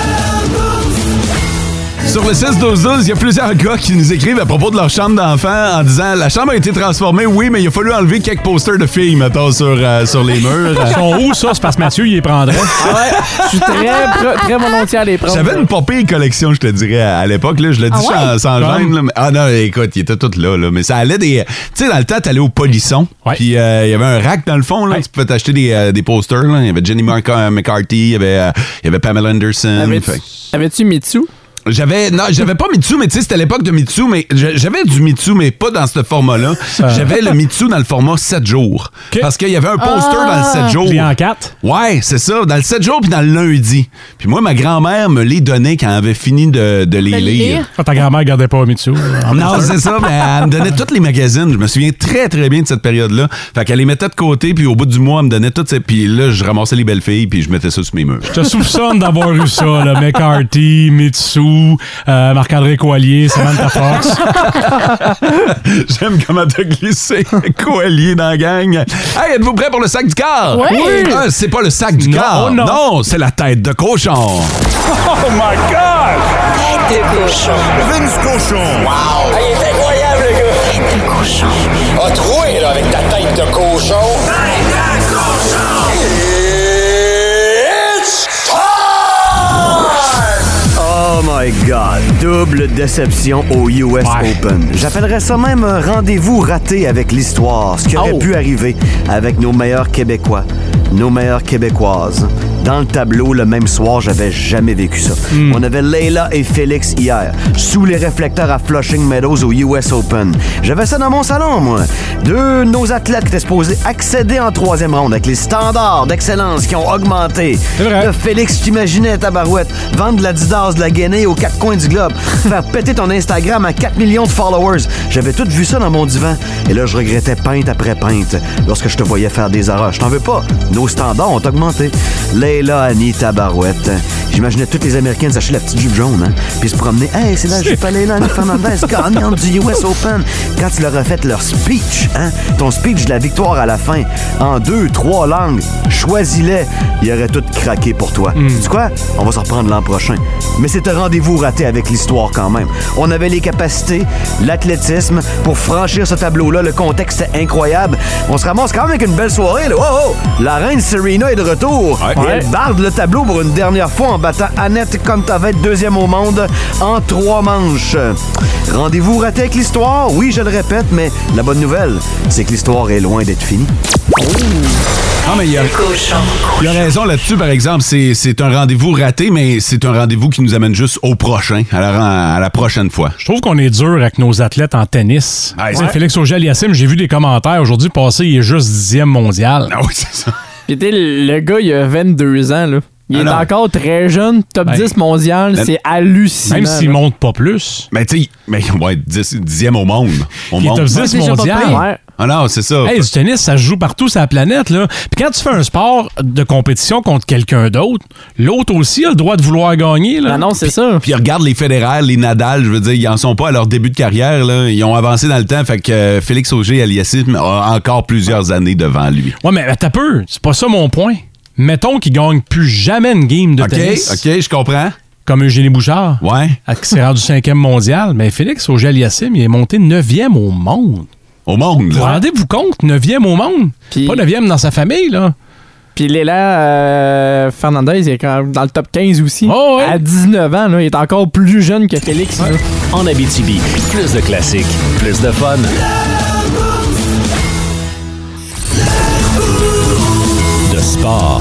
Sur le six douze douze, il y a plusieurs gars qui nous écrivent à propos de leur chambre d'enfant en disant « La chambre a été transformée, oui, mais il a fallu enlever quelques posters de filles, mettons, sur, euh, sur les murs. » Ils sont où, ça? C'est parce que Mathieu, il les prendrait. Ah ouais, je suis très, pre- très volontiers à les prendre. J'avais une pas pire collection, je te dirais, à, à l'époque. Là, je le dis Ah ouais? sans, sans Comme? gêne. Là, mais- ah non, écoute, il était tout là, là. Mais ça allait des... Tu sais, dans le temps, t'allais au Polisson. Ouais. Puis euh, il y avait un rack dans le fond. Là, Ouais. Tu pouvais t'acheter des, euh, des posters. Là. Il y avait Jenny Marca- McCarthy, il y avait, euh, il y avait Pamela Anderson. Avais-tu Fait- avais-tu Mitsu? J'avais non, j'avais pas Mitsu, mais tu sais, c'était l'époque de Mitsu, mais je- j'avais du Mitsu, mais pas dans ce format-là. J'avais le Mitsu dans le format sept jours. OK. Parce qu'il y avait un poster Ah. dans le sept jours. Plié en quatre. Ouais, c'est ça, dans le sept jours puis dans le lundi. Puis moi, ma grand-mère me les donnait quand elle avait fini de, de les De les lire. lire. Quand ta grand-mère gardait pas Mitsu. en Non, poster. c'est ça, mais elle me donnait tous les magazines. Je me souviens très, très bien de cette période-là. Fait qu'elle les mettait de côté, puis au bout du mois, elle me donnait toutes ces... Puis là, je ramassais les belles filles, puis je mettais ça sur mes murs. Je te soupçonne d'avoir eu ça, là. McCarthy, Mitsu, euh, Marc-André Coallier, Samantha Fox. J'aime comment t'as glissé Coallier dans la gang. Hey, êtes-vous prêts pour le sac du corps? Oui. Oui. Ah, c'est pas le sac du Non, corps. non. Non, c'est la tête de cochon. Oh my God! Tête de cochon. Vince cochon. Wow! Ah, il est incroyable, le gars! Tête de cochon. A troué, là, avec ta tête de cochon. Tête de cochon! It's time! Oh my God, double déception au U S Ouais. Open. J'appellerais ça même un rendez-vous raté avec l'histoire, ce qui aurait Oh. pu arriver avec nos meilleurs Québécois, nos meilleures Québécoises. Dans le tableau, le même soir, j'avais jamais vécu ça. On avait Leila et Félix hier, sous les réflecteurs à Flushing Meadows au U S Open. J'avais ça dans mon salon, moi. Deux de nos athlètes qui étaient supposés accéder en troisième ronde avec les standards d'excellence qui ont augmenté. C'est vrai. Le Félix, t'imaginais, tabarouette, vendre de la Didas, de la Guinée aux quatre coins du globe, faire péter ton Instagram à quatre millions de followers. J'avais tout vu ça dans mon divan. Et là, je regrettais peinte après peinte lorsque je te voyais faire des erreurs. Je t'en veux pas. Nos standards ont augmenté. Leila, Annie, tabarouette. J'imaginais tous les Américains s'acheter la petite jupe jaune, hein, puis se promener. Hey, c'est la jupe à Leila Annie Fernandez, gagnante du U S Open. Quand ils leur ont fait leur speech, hein, ton speech de la victoire à la fin, en deux, trois langues, choisis-les. Ils auraient tout craqué pour toi. Tu sais quoi? On va se reprendre l'an prochain. Mais c'est un rendez-vous raté avec l'histoire quand même. On avait les capacités, l'athlétisme pour franchir ce tableau-là. Le contexte est incroyable. On se ramasse quand même avec une belle soirée. Là. Oh, oh! La reine Serena est de retour. Ouais. Et elle barde le tableau pour une dernière fois en battant Annette Kontaveit, deuxième au monde, en trois manches. Rendez-vous raté avec l'histoire? Oui, je le répète, mais la bonne nouvelle, c'est que l'histoire est loin d'être finie. Ah, mais il y a, il y a raison là-dessus, par exemple. C'est, c'est un rendez-vous raté, mais c'est un rendez-vous qui nous amène juste au prochain, à la, à la prochaine fois. Je trouve qu'on est dur avec nos athlètes en tennis. Ouais. Tu sais, Félix Auger-Aliassime, j'ai vu des commentaires aujourd'hui passer, il est juste dixième mondial. Ah oui, c'est ça. Puis tu sais, le gars, il a vingt-deux ans, là. Il Ah est non. encore très jeune, top Ben, dix mondial, ben, c'est hallucinant. Même s'il là. monte pas plus. Mais tu sais, mais ouais, dix, dixième au monde. Au Il est monde. top Ouais, dix c'est déjà pas mondial. pire. Ouais. Ah non, c'est ça. Hey, du tennis, ça se joue partout sur la planète, là. Puis quand tu fais un sport de compétition contre quelqu'un d'autre, l'autre aussi a le droit de vouloir gagner, là. Ah non, c'est ça. Puis regarde les Federer, les Nadal, je veux dire, ils en sont pas à leur début de carrière, là. Ils ont avancé dans le temps, fait que euh, Félix Auger-Aliassime a encore plusieurs années devant lui. Ouais, mais t'as peu. C'est pas ça mon point. Mettons qu'il gagne plus jamais une game de OK, tennis. OK, je comprends. Comme Eugénie Bouchard. Ouais. Qui s'est rendu cinquième mondial. Mais Félix Auger-Aliassime, il est monté neuvième au monde. Au monde, Vous là. rendez-vous compte? Neuvième au monde. Puis- Pas neuvième dans sa famille, là. Puis Léla euh, Fernandez, il est quand même dans le top quinze aussi. Oh, oui. À dix-neuf ans, là, il est encore plus jeune que Félix. Ouais. En Abitibi, plus de classiques, plus de fun. De sport.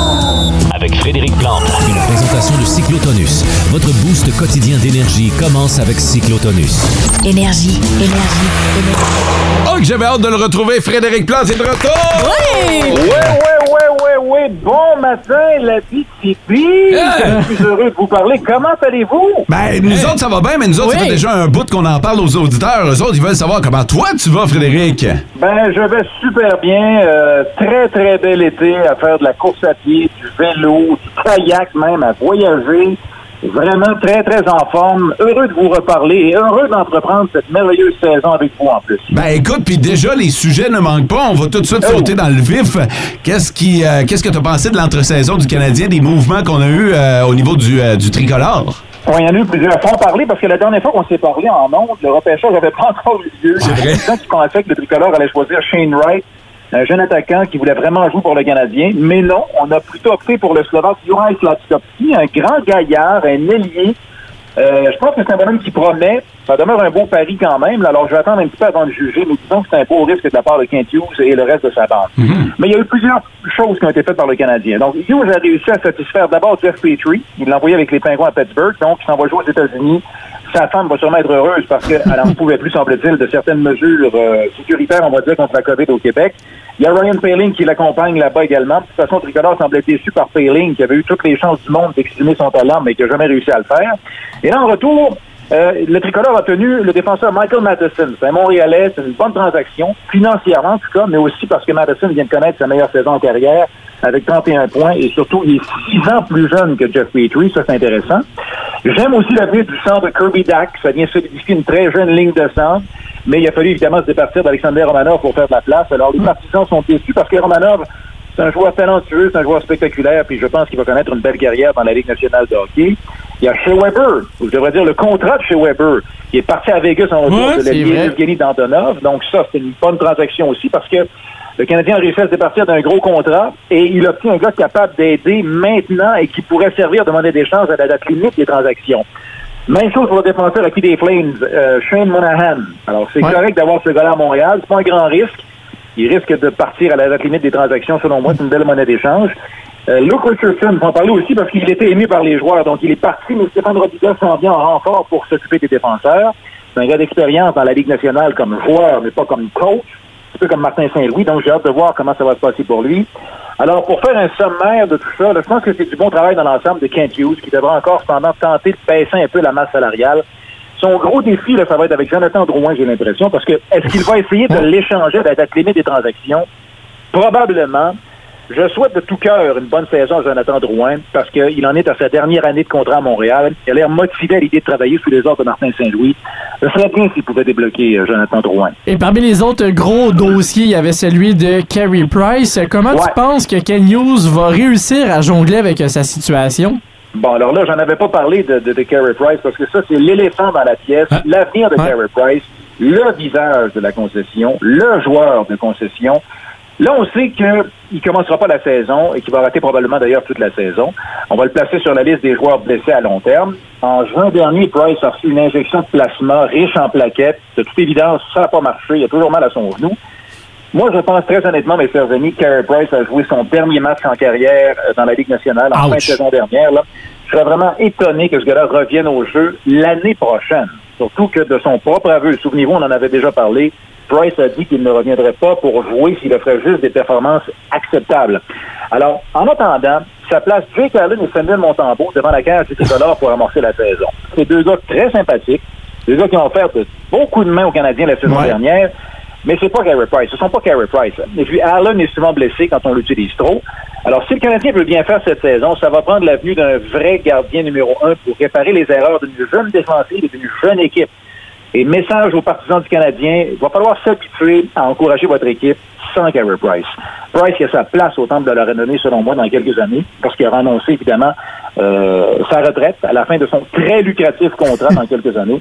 Avec Frédéric Plante. Une présentation de Cyclotonus. Votre boost quotidien d'énergie commence avec Cyclotonus. Énergie, énergie, énergie. Oh, que j'avais hâte de le retrouver. Frédéric Plante est de retour! Oui! Ouais, ouais, ouais, ouais, ouais. Bon matin, la B T B. Yeah. Je suis heureux de vous parler. Comment allez-vous? Ben, nous autres, ça va bien, mais nous autres, Oui. ça fait déjà un bout qu'on en parle aux auditeurs. Eux autres, ils veulent savoir comment toi, tu vas, Frédéric. Ben, je vais super bien. Euh, très, très bel été à faire de la course à pied, du vélo, du kayak même, à voyager. Vraiment très, très en forme. Heureux de vous reparler et heureux d'entreprendre cette merveilleuse saison avec vous en plus. Ben, écoute, puis déjà, les sujets ne manquent pas. On va tout de suite Oh. sauter dans le vif. Qu'est-ce qui, euh, qu'est-ce que tu as pensé de l'entre-saison du Canadien, des mouvements qu'on a eus euh, au niveau du, euh, du tricolore? Oui, il y en a eu plusieurs. Faut en parler parce que la dernière fois qu'on s'est parlé en ondes, le repêchage n'avait pas encore eu lieu. C'est vrai. Il y a des gens qui pensaient que le tricolore allait choisir Shane Wright, un jeune attaquant qui voulait vraiment jouer pour le Canadien. Mais non, on a plutôt opté pour le Slovaque Juraj Slavkovski, un grand gaillard, un ailier. Euh, je pense que c'est un bonhomme qui promet. Ça demeure un beau pari quand même. Là. Alors, je vais attendre un petit peu avant de juger, mais disons que c'est un beau risque de la part de Kent Hughes et le reste de sa bande. Mm-hmm. Mais il y a eu plusieurs choses qui ont été faites par le Canadien. Donc, Hughes a réussi à satisfaire d'abord Jeff Petrie. Il l'a envoyé avec les Pingouins à Pittsburgh. Donc, il s'en va jouer aux États-Unis. Sa femme va sûrement être heureuse parce qu'elle n'en pouvait plus, semble-t-il, de certaines mesures euh, sécuritaires, on va dire, contre la COVID au Québec. Il y a Ryan Poehling qui l'accompagne là-bas également. De toute façon, Tricolore semblait déçu par Poehling, qui avait eu toutes les chances du monde d'exprimer son talent, mais qui n'a jamais réussi à le faire. Et là, en retour, euh, le Tricolore a tenu le défenseur Michael Matheson. C'est un Montréalais, c'est une bonne transaction, financièrement en tout cas, mais aussi parce que Matheson vient de connaître sa meilleure saison en carrière, avec trente et un points, et surtout, il est six ans plus jeune que Jeff Petrie, ça c'est intéressant. J'aime aussi la vie du centre de Kirby Dack, ça vient solidifier une très jeune ligne de centre, mais il a fallu évidemment se départir d'Alexander Romanov pour faire de la place. Alors les partisans sont déçus parce que Romanov, c'est un joueur talentueux, c'est un joueur spectaculaire, puis je pense qu'il va connaître une belle carrière dans la Ligue nationale de hockey. Il y a Shea Weber, ou je devrais dire le contrat de Shea Weber, qui est parti à Vegas en retour Ouais, de c'est l'allié vrai. Evgeny Dantonov. Donc ça, c'est une bonne transaction aussi parce que le Canadien a réussi à se départir d'un gros contrat et il obtient un gars capable d'aider maintenant et qui pourrait servir de monnaie d'échange à la date limite des transactions. Même chose pour le défenseur acquis des Flames, euh, Shane Monahan. Alors, c'est Ouais. correct d'avoir ce gars-là à Montréal. C'est pas un grand risque. Il risque de partir à la date limite des transactions, selon moi. C'est une belle monnaie d'échange. Euh, Luke Richardson, faut en parler aussi parce qu'il était aimé par les joueurs. Donc, il est parti, mais Stéphane Rodriguez s'en vient en renfort pour s'occuper des défenseurs. C'est un gars d'expérience dans la Ligue nationale comme joueur, mais pas comme coach. Un peu comme Martin Saint-Louis. Donc, j'ai hâte de voir comment ça va se passer pour lui. Alors, pour faire un sommaire de tout ça, là, je pense que c'est du bon travail dans l'ensemble de Kent Hughes, qui devra encore cependant tenter de baisser un peu la masse salariale. Son gros défi, là, ça va être avec Jonathan Drouin, j'ai l'impression, parce que est-ce qu'il va essayer de l'échanger à la date limite des transactions? Probablement. Je souhaite de tout cœur une bonne saison à Jonathan Drouin, parce qu'il en est à sa dernière année de contrat à Montréal. Il a l'air motivé à l'idée de travailler sous les ordres de Martin Saint-Louis. Ce serait bien s'il pouvait débloquer euh, Jonathan Drouin. Et parmi les autres gros dossiers, il y avait celui de Carey Price. Comment Ouais. tu penses que Ken Hughes va réussir à jongler avec euh, sa situation? Bon, alors là, j'en avais pas parlé de, de, de Carey Price, parce que ça, c'est l'éléphant dans la pièce, Ah. l'avenir de Ouais. Carey Price, le visage de la concession, le joueur de concession. Là, on sait qu'il commencera pas la saison et qu'il va rater probablement d'ailleurs toute la saison. On va le placer sur la liste des joueurs blessés à long terme. En juin dernier, Price a reçu une injection de plasma riche en plaquettes. De toute évidence, ça n'a pas marché. Il a toujours mal à son genou. Moi, je pense très honnêtement, mes chers amis, que Carey Price a joué son dernier match en carrière euh, dans la Ligue nationale en Ouch. fin de saison dernière. Là. Je serais vraiment étonné que ce gars-là revienne au jeu l'année prochaine. Surtout que de son propre aveu, souvenez-vous, on en avait déjà parlé, Price a dit qu'il ne reviendrait pas pour jouer s'il ferait juste des performances acceptables. Alors, en attendant, ça place Jake Allen et Samuel Montembeault devant la cage du Tricolore pour amorcer la saison. C'est deux gars très sympathiques, deux gars qui ont offert de beaucoup de mains aux Canadiens la saison Ouais. dernière, mais c'est pas Carey Price. Ce sont pas Carey Price. Et puis, Allen est souvent blessé quand on l'utilise trop. Alors, si le Canadien veut bien faire cette saison, ça va prendre l'avenue d'un vrai gardien numéro un pour réparer les erreurs d'une jeune défensive et d'une jeune équipe. Et message aux partisans du Canadien, il va falloir s'habituer à encourager votre équipe sans Carey Price. Price qui a sa place au Temple de la Renommée, selon moi, dans quelques années, parce qu'il aura annoncé, évidemment, euh, sa retraite à la fin de son très lucratif contrat dans quelques années.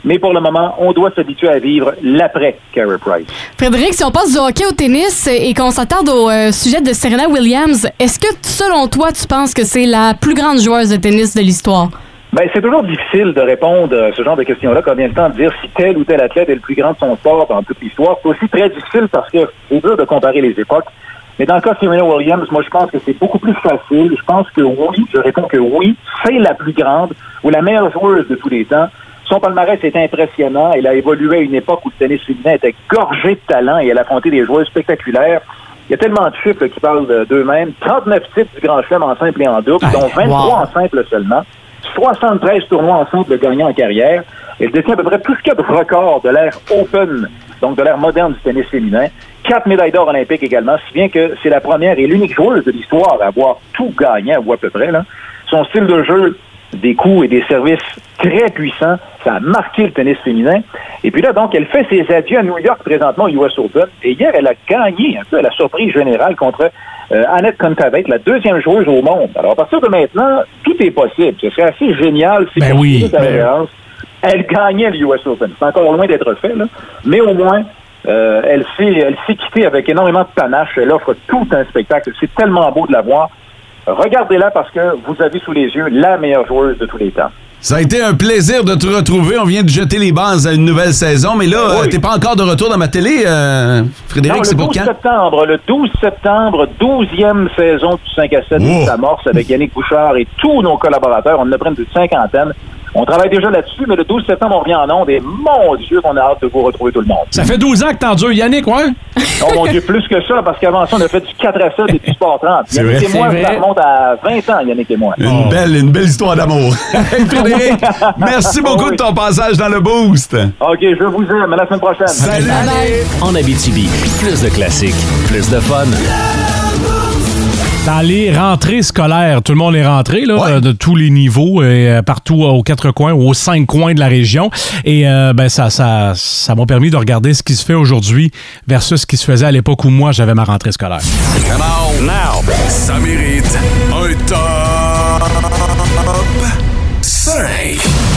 Mais pour le moment, on doit s'habituer à vivre l'après Carey Price. Frédéric, si on passe du hockey au tennis et qu'on s'attarde au euh, sujet de Serena Williams, est-ce que, selon toi, tu penses que c'est la plus grande joueuse de tennis de l'histoire? Ben, c'est toujours difficile de répondre à ce genre de questions-là, combien de temps de dire si tel ou tel athlète est le plus grand de son sport dans toute l'histoire. C'est aussi très difficile parce que c'est dur de comparer les époques. Mais dans le cas de Serena Williams, moi, je pense que c'est beaucoup plus facile. Je pense que oui, je réponds que oui, c'est la plus grande ou la meilleure joueuse de tous les temps. Son palmarès est impressionnant. Elle a évolué à une époque où le tennis féminin était gorgé de talent et elle a affronté des joueurs spectaculaires. Il y a tellement de chiffres là, qui parlent d'eux-mêmes. trente-neuf titres du Grand Chelem en simple et en double, dont vingt-trois wow. en simple seulement. soixante-treize tournois en simple gagnants en carrière. Elle détient à peu près plus que de records de l'ère Open, donc de l'ère moderne du tennis féminin. Quatre médailles d'or olympiques également, si bien que c'est la première et l'unique joueuse de l'histoire à avoir tout gagné, ou à peu près. Là. Son style de jeu, des coups et des services très puissants, ça a marqué le tennis féminin. Et puis là, donc, elle fait ses adieux à New York présentement au U S Open. Et hier, elle a gagné un peu à la surprise générale contre euh, Anett Kontaveit, la deuxième joueuse au monde. Alors, à partir de maintenant, tout est possible. Ce serait assez génial si ben oui, ben... elle gagnait le U S Open. C'est encore loin d'être fait, là. Mais au moins, euh, elle s'est elle s'est quittée avec énormément de panache. Elle offre tout un spectacle. C'est tellement beau de la voir. Regardez-la parce que vous avez sous les yeux la meilleure joueuse de tous les temps. Ça a été un plaisir de te retrouver. On vient de jeter les bases à une nouvelle saison, mais là, oui. euh, t'es pas encore de retour dans ma télé, euh, Frédéric, non, c'est pour quand? Septembre, le douze septembre, douzième saison du cinq à sept qui s'amorce avec Yannick Bouchard et tous nos collaborateurs. On en a près d'une cinquantaine. On travaille déjà là-dessus, mais le douze septembre, on revient en ondes et mon Dieu, qu'on a hâte de vous retrouver tout le monde. Ça fait douze ans que t'endures, Yannick, ouais? Oh mon Dieu, plus que ça, parce qu'avant ça, on a fait du quatre à sept et du sport trente. C'est Yannick vrai, et moi, c'est ça vrai. remonte à vingt ans, Yannick et moi. Une, oh. belle, une belle histoire d'amour. Frédéric, merci beaucoup oui. de ton passage dans le Boost. OK, je vous aime. À la semaine prochaine. Salut! En Abitibi, plus de classiques, plus de fun. Dans les rentrées scolaires, tout le monde est rentré là, ouais. de tous les niveaux, et partout aux quatre coins, aux cinq coins de la région. Et euh, ben ça, ça, ça m'a permis de regarder ce qui se fait aujourd'hui versus ce qui se faisait à l'époque où moi j'avais ma rentrée scolaire. Come on now, ça mérite un top cinq.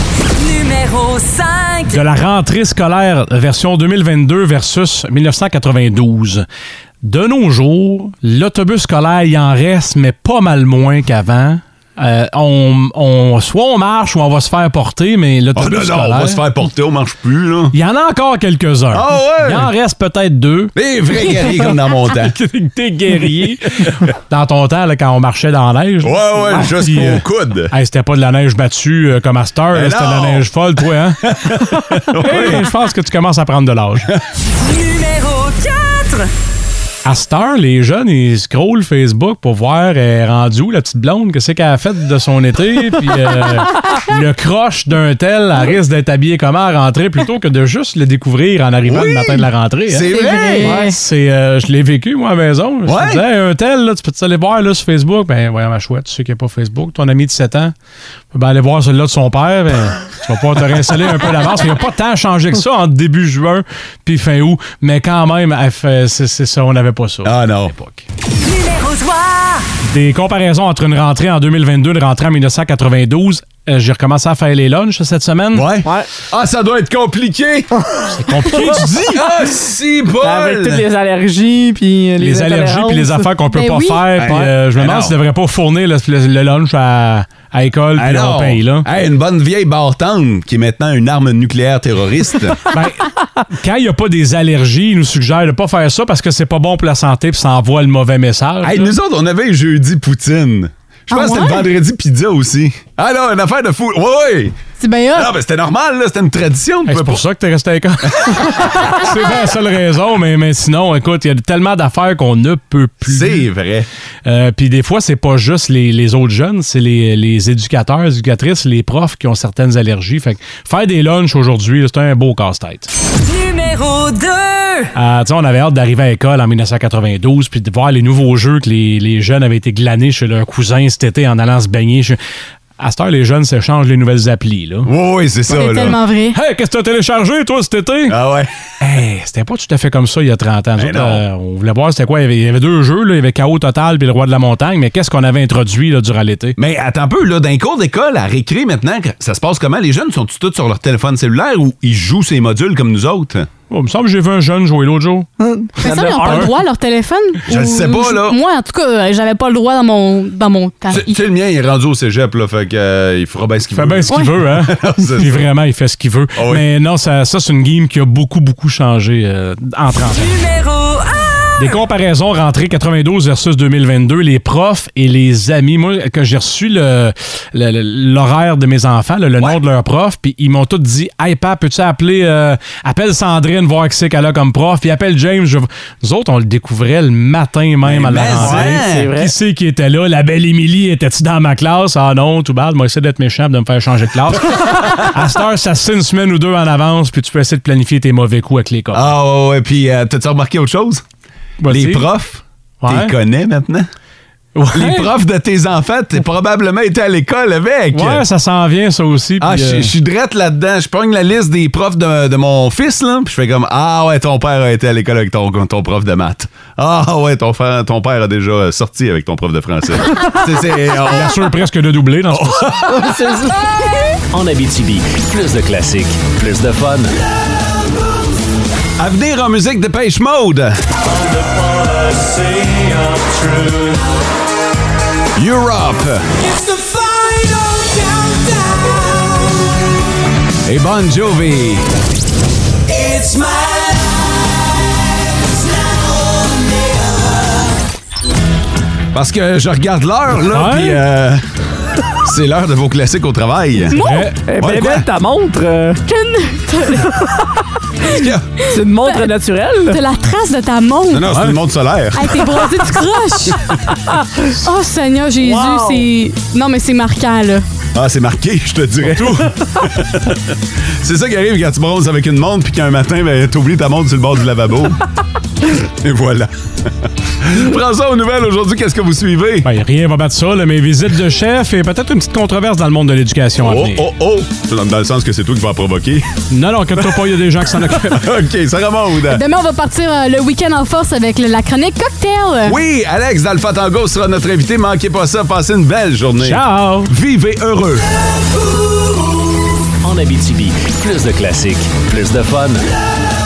Numéro cinq. De la rentrée scolaire version deux mille vingt-deux versus mille neuf cent quatre-vingt-douze. De nos jours, l'autobus scolaire, il en reste, mais pas mal moins qu'avant. Euh, on, on, soit on marche ou on va se faire porter, mais l'autobus oh, non, scolaire... non, on va se faire porter, on marche plus, là. Il y en a encore quelques-uns. Ah ouais? Il en reste peut-être deux. Des vrais guerriers comme dans mon temps. Des guerriers. Dans ton temps, là, quand on marchait dans la neige. Ouais, ouais, ah, jusqu'au euh, coude. Hey, c'était pas de la neige battue euh, comme à cette heure, c'était de la neige folle, toi, hein? Hey, je pense que tu commences à prendre de l'âge. Numéro quatre. À cette heure, les jeunes, ils scrollent Facebook pour voir elle est rendue où, la petite blonde, qu'est-ce qu'elle a fait de son été, puis euh, le croche d'un tel, elle risque d'être habillée comment à rentrer, plutôt que de juste le découvrir en arrivant oui, le matin de la rentrée. Hein. C'est vrai! Ouais, c'est, euh, je l'ai vécu, moi, à la maison. Je ouais. me disais, hey, un tel, là, tu peux aller voir là, sur Facebook? Ben, voyons, ma chouette, tu sais qu'il n'y a pas Facebook. Ton ami de sept ans, tu peux aller voir celui-là de son père, ben, tu vas pouvoir te réinstaller un peu d'avance. Il n'y a pas tant changé que ça entre début juin puis fin août, mais quand même, c'est, c'est ça, on n'avait pas ça. Ah non. Numéro trois. Des comparaisons entre une rentrée en deux mille vingt-deux et une rentrée en mille neuf cent quatre-vingt-douze. Euh, j'ai recommencé à faire les lunchs cette semaine. Ouais. ouais. Ah, ça doit être compliqué. C'est compliqué, tu dis? Ah, si, bol! Avec toutes les allergies, puis les, les allergies, puis les affaires qu'on peut ben pas oui. faire. Puis euh, je me demande s'ils ne devraient pas fournir le, le, le lunch à, à l'école, puis on paye, là. Hey, une bonne vieille bartende qui est maintenant une arme nucléaire terroriste. Ben, quand il n'y a pas des allergies, ils nous suggèrent de ne pas faire ça parce que c'est pas bon pour la santé, puis ça envoie le mauvais message. Hey, nous autres, on avait jeudi poutine. Je pense ah, que c'était ouais? le vendredi pizza aussi. Ah non, une affaire de fou. Oui, oui. C'est bien Non, mais c'était normal, là. C'était une tradition. Hey, c'est pour pas... ça que t'es resté à l'école. C'est bien la seule raison, mais, mais sinon, écoute, il y a tellement d'affaires qu'on ne peut plus. C'est vrai. Euh, Puis des fois, c'est pas juste les, les autres jeunes, c'est les, les éducateurs, les éducatrices, les profs qui ont certaines allergies. Fait que faire des lunchs aujourd'hui, c'est un beau casse-tête. Numéro deux. Euh, on avait hâte d'arriver à l'école en mille neuf cent quatre-vingt-douze puis de voir les nouveaux jeux que les, les jeunes avaient été glanés chez leurs cousins cet été en allant se baigner. Chez... À cette heure, les jeunes s'échangent les nouvelles applis, là. Oui, oui, c'est ça, C'est là. tellement vrai. Hey, qu'est-ce que t'as téléchargé, toi, cet été? Ah ouais? Hey, c'était pas tout à fait comme ça il y a trente ans. Nous Ben autres, non. euh, on voulait voir c'était quoi. Il y avait, il y avait deux jeux, là. Il y avait K O Total puis Le Roi de la Montagne. Mais qu'est-ce qu'on avait introduit là, durant l'été? Mais attends un peu, là, dans les cours d'école, à récré maintenant, ça se passe comment? Les jeunes sont-ils tous sur leur téléphone cellulaire ou ils jouent ces modules comme nous autres? Oh, il me semble que j'ai vu un jeune jouer l'autre jour. Mais ça, ils n'ont pas le droit à leur téléphone? Je le Ou- sais pas, là. Moi, en tout cas, j'avais pas le droit dans mon, dans mon temps. Tu tu sais, le mien, il est rendu au cégep, là, fait que euh, il fera bien ce qu'il Il veut. fait bien ce qu'il Ouais. veut, hein? C'est Puis ça. vraiment, il fait ce qu'il veut. Ah oui. Mais non, ça, ça c'est une game qui a beaucoup, beaucoup changé euh, en trente ans. Numéro un. Des comparaisons rentrées quatre-vingt-douze versus deux mille vingt-deux, les profs et les amis. Moi, quand j'ai reçu le, le- le- l'horaire de mes enfants, là, le nom de leur prof, puis ils m'ont tous dit « Hey, papa, peux-tu appeler... Euh, appelle Sandrine, voir qui c'est qu'elle a comme prof, puis appelle James. Je... » Nous autres, on le découvrait le matin même à la mais rentrée. ouais, c'est vrai. Qui c'est qui était là? La belle Émilie, était-tu dans ma classe? Ah non, tout bad, moi, essayer d'être méchant, de me faire changer de classe. À cette heure, ça se fait une semaine ou deux en avance, puis tu peux essayer de planifier tes mauvais coups avec les copains. Ah ouais, ouais, puis euh, t'as-tu remarqué autre chose? Vas-y. Les profs, Ouais. t'es connais maintenant? Ouais. Les profs de tes enfants, t'es probablement été à l'école avec. Ouais, ça s'en vient, ça aussi. Ah, puis, je euh, je suis drette là-dedans. Je pogne la liste des profs de, de mon fils, là, puis je fais comme Ah ouais, ton père a été à l'école avec ton, ton prof de maths. Ah ouais, ton, frère, ton père a déjà sorti avec ton prof de français. c'est, c'est, on- Il assure presque de doubler dans ce cas. En Abitibi, plus de classiques, plus de fun. À venir en musique, Dépêche Mode. Europe. Et Bon Jovi. Parce que je regarde l'heure, là, Ouais. puis euh, c'est l'heure de vos classiques au travail. Moi? Ouais. Eh Ouais, ben, quoi? belle ta montre. euh, Qu'est-ce qu'il y a? c'est une montre naturelle. T'as la trace de ta montre. Non, non, c'est une montre solaire. Hey, t'es bronzé, tu croches. Oh, Seigneur Jésus, Wow. c'est... Non, mais c'est marquant, là. Ah, c'est marqué, je te dirais. C'est ça qui arrive quand tu bronzes avec une montre, puis qu'un matin, ben, t'oublies ta montre sur le bord du lavabo. Et voilà. Prends ça aux nouvelles aujourd'hui, qu'est-ce que vous suivez? Ben, rien va battre ça, là, mais visite de chef et peut-être une petite controverse dans le monde de l'éducation à Oh, venir. oh, oh! Dans dans le sens que c'est toi qui vas en provoquer. Non, non, inquiète-toi pas, il y a des gens qui s'en occupent. OK, ça remonte. Demain, on va partir euh, le week-end en force avec le- la chronique cocktail. Oui, Alex d'Alpha Tango sera notre invité. Manquez pas ça. Passez une belle journée. Ciao! Vivez heureux. En Abitibi, plus de classiques, plus de fun.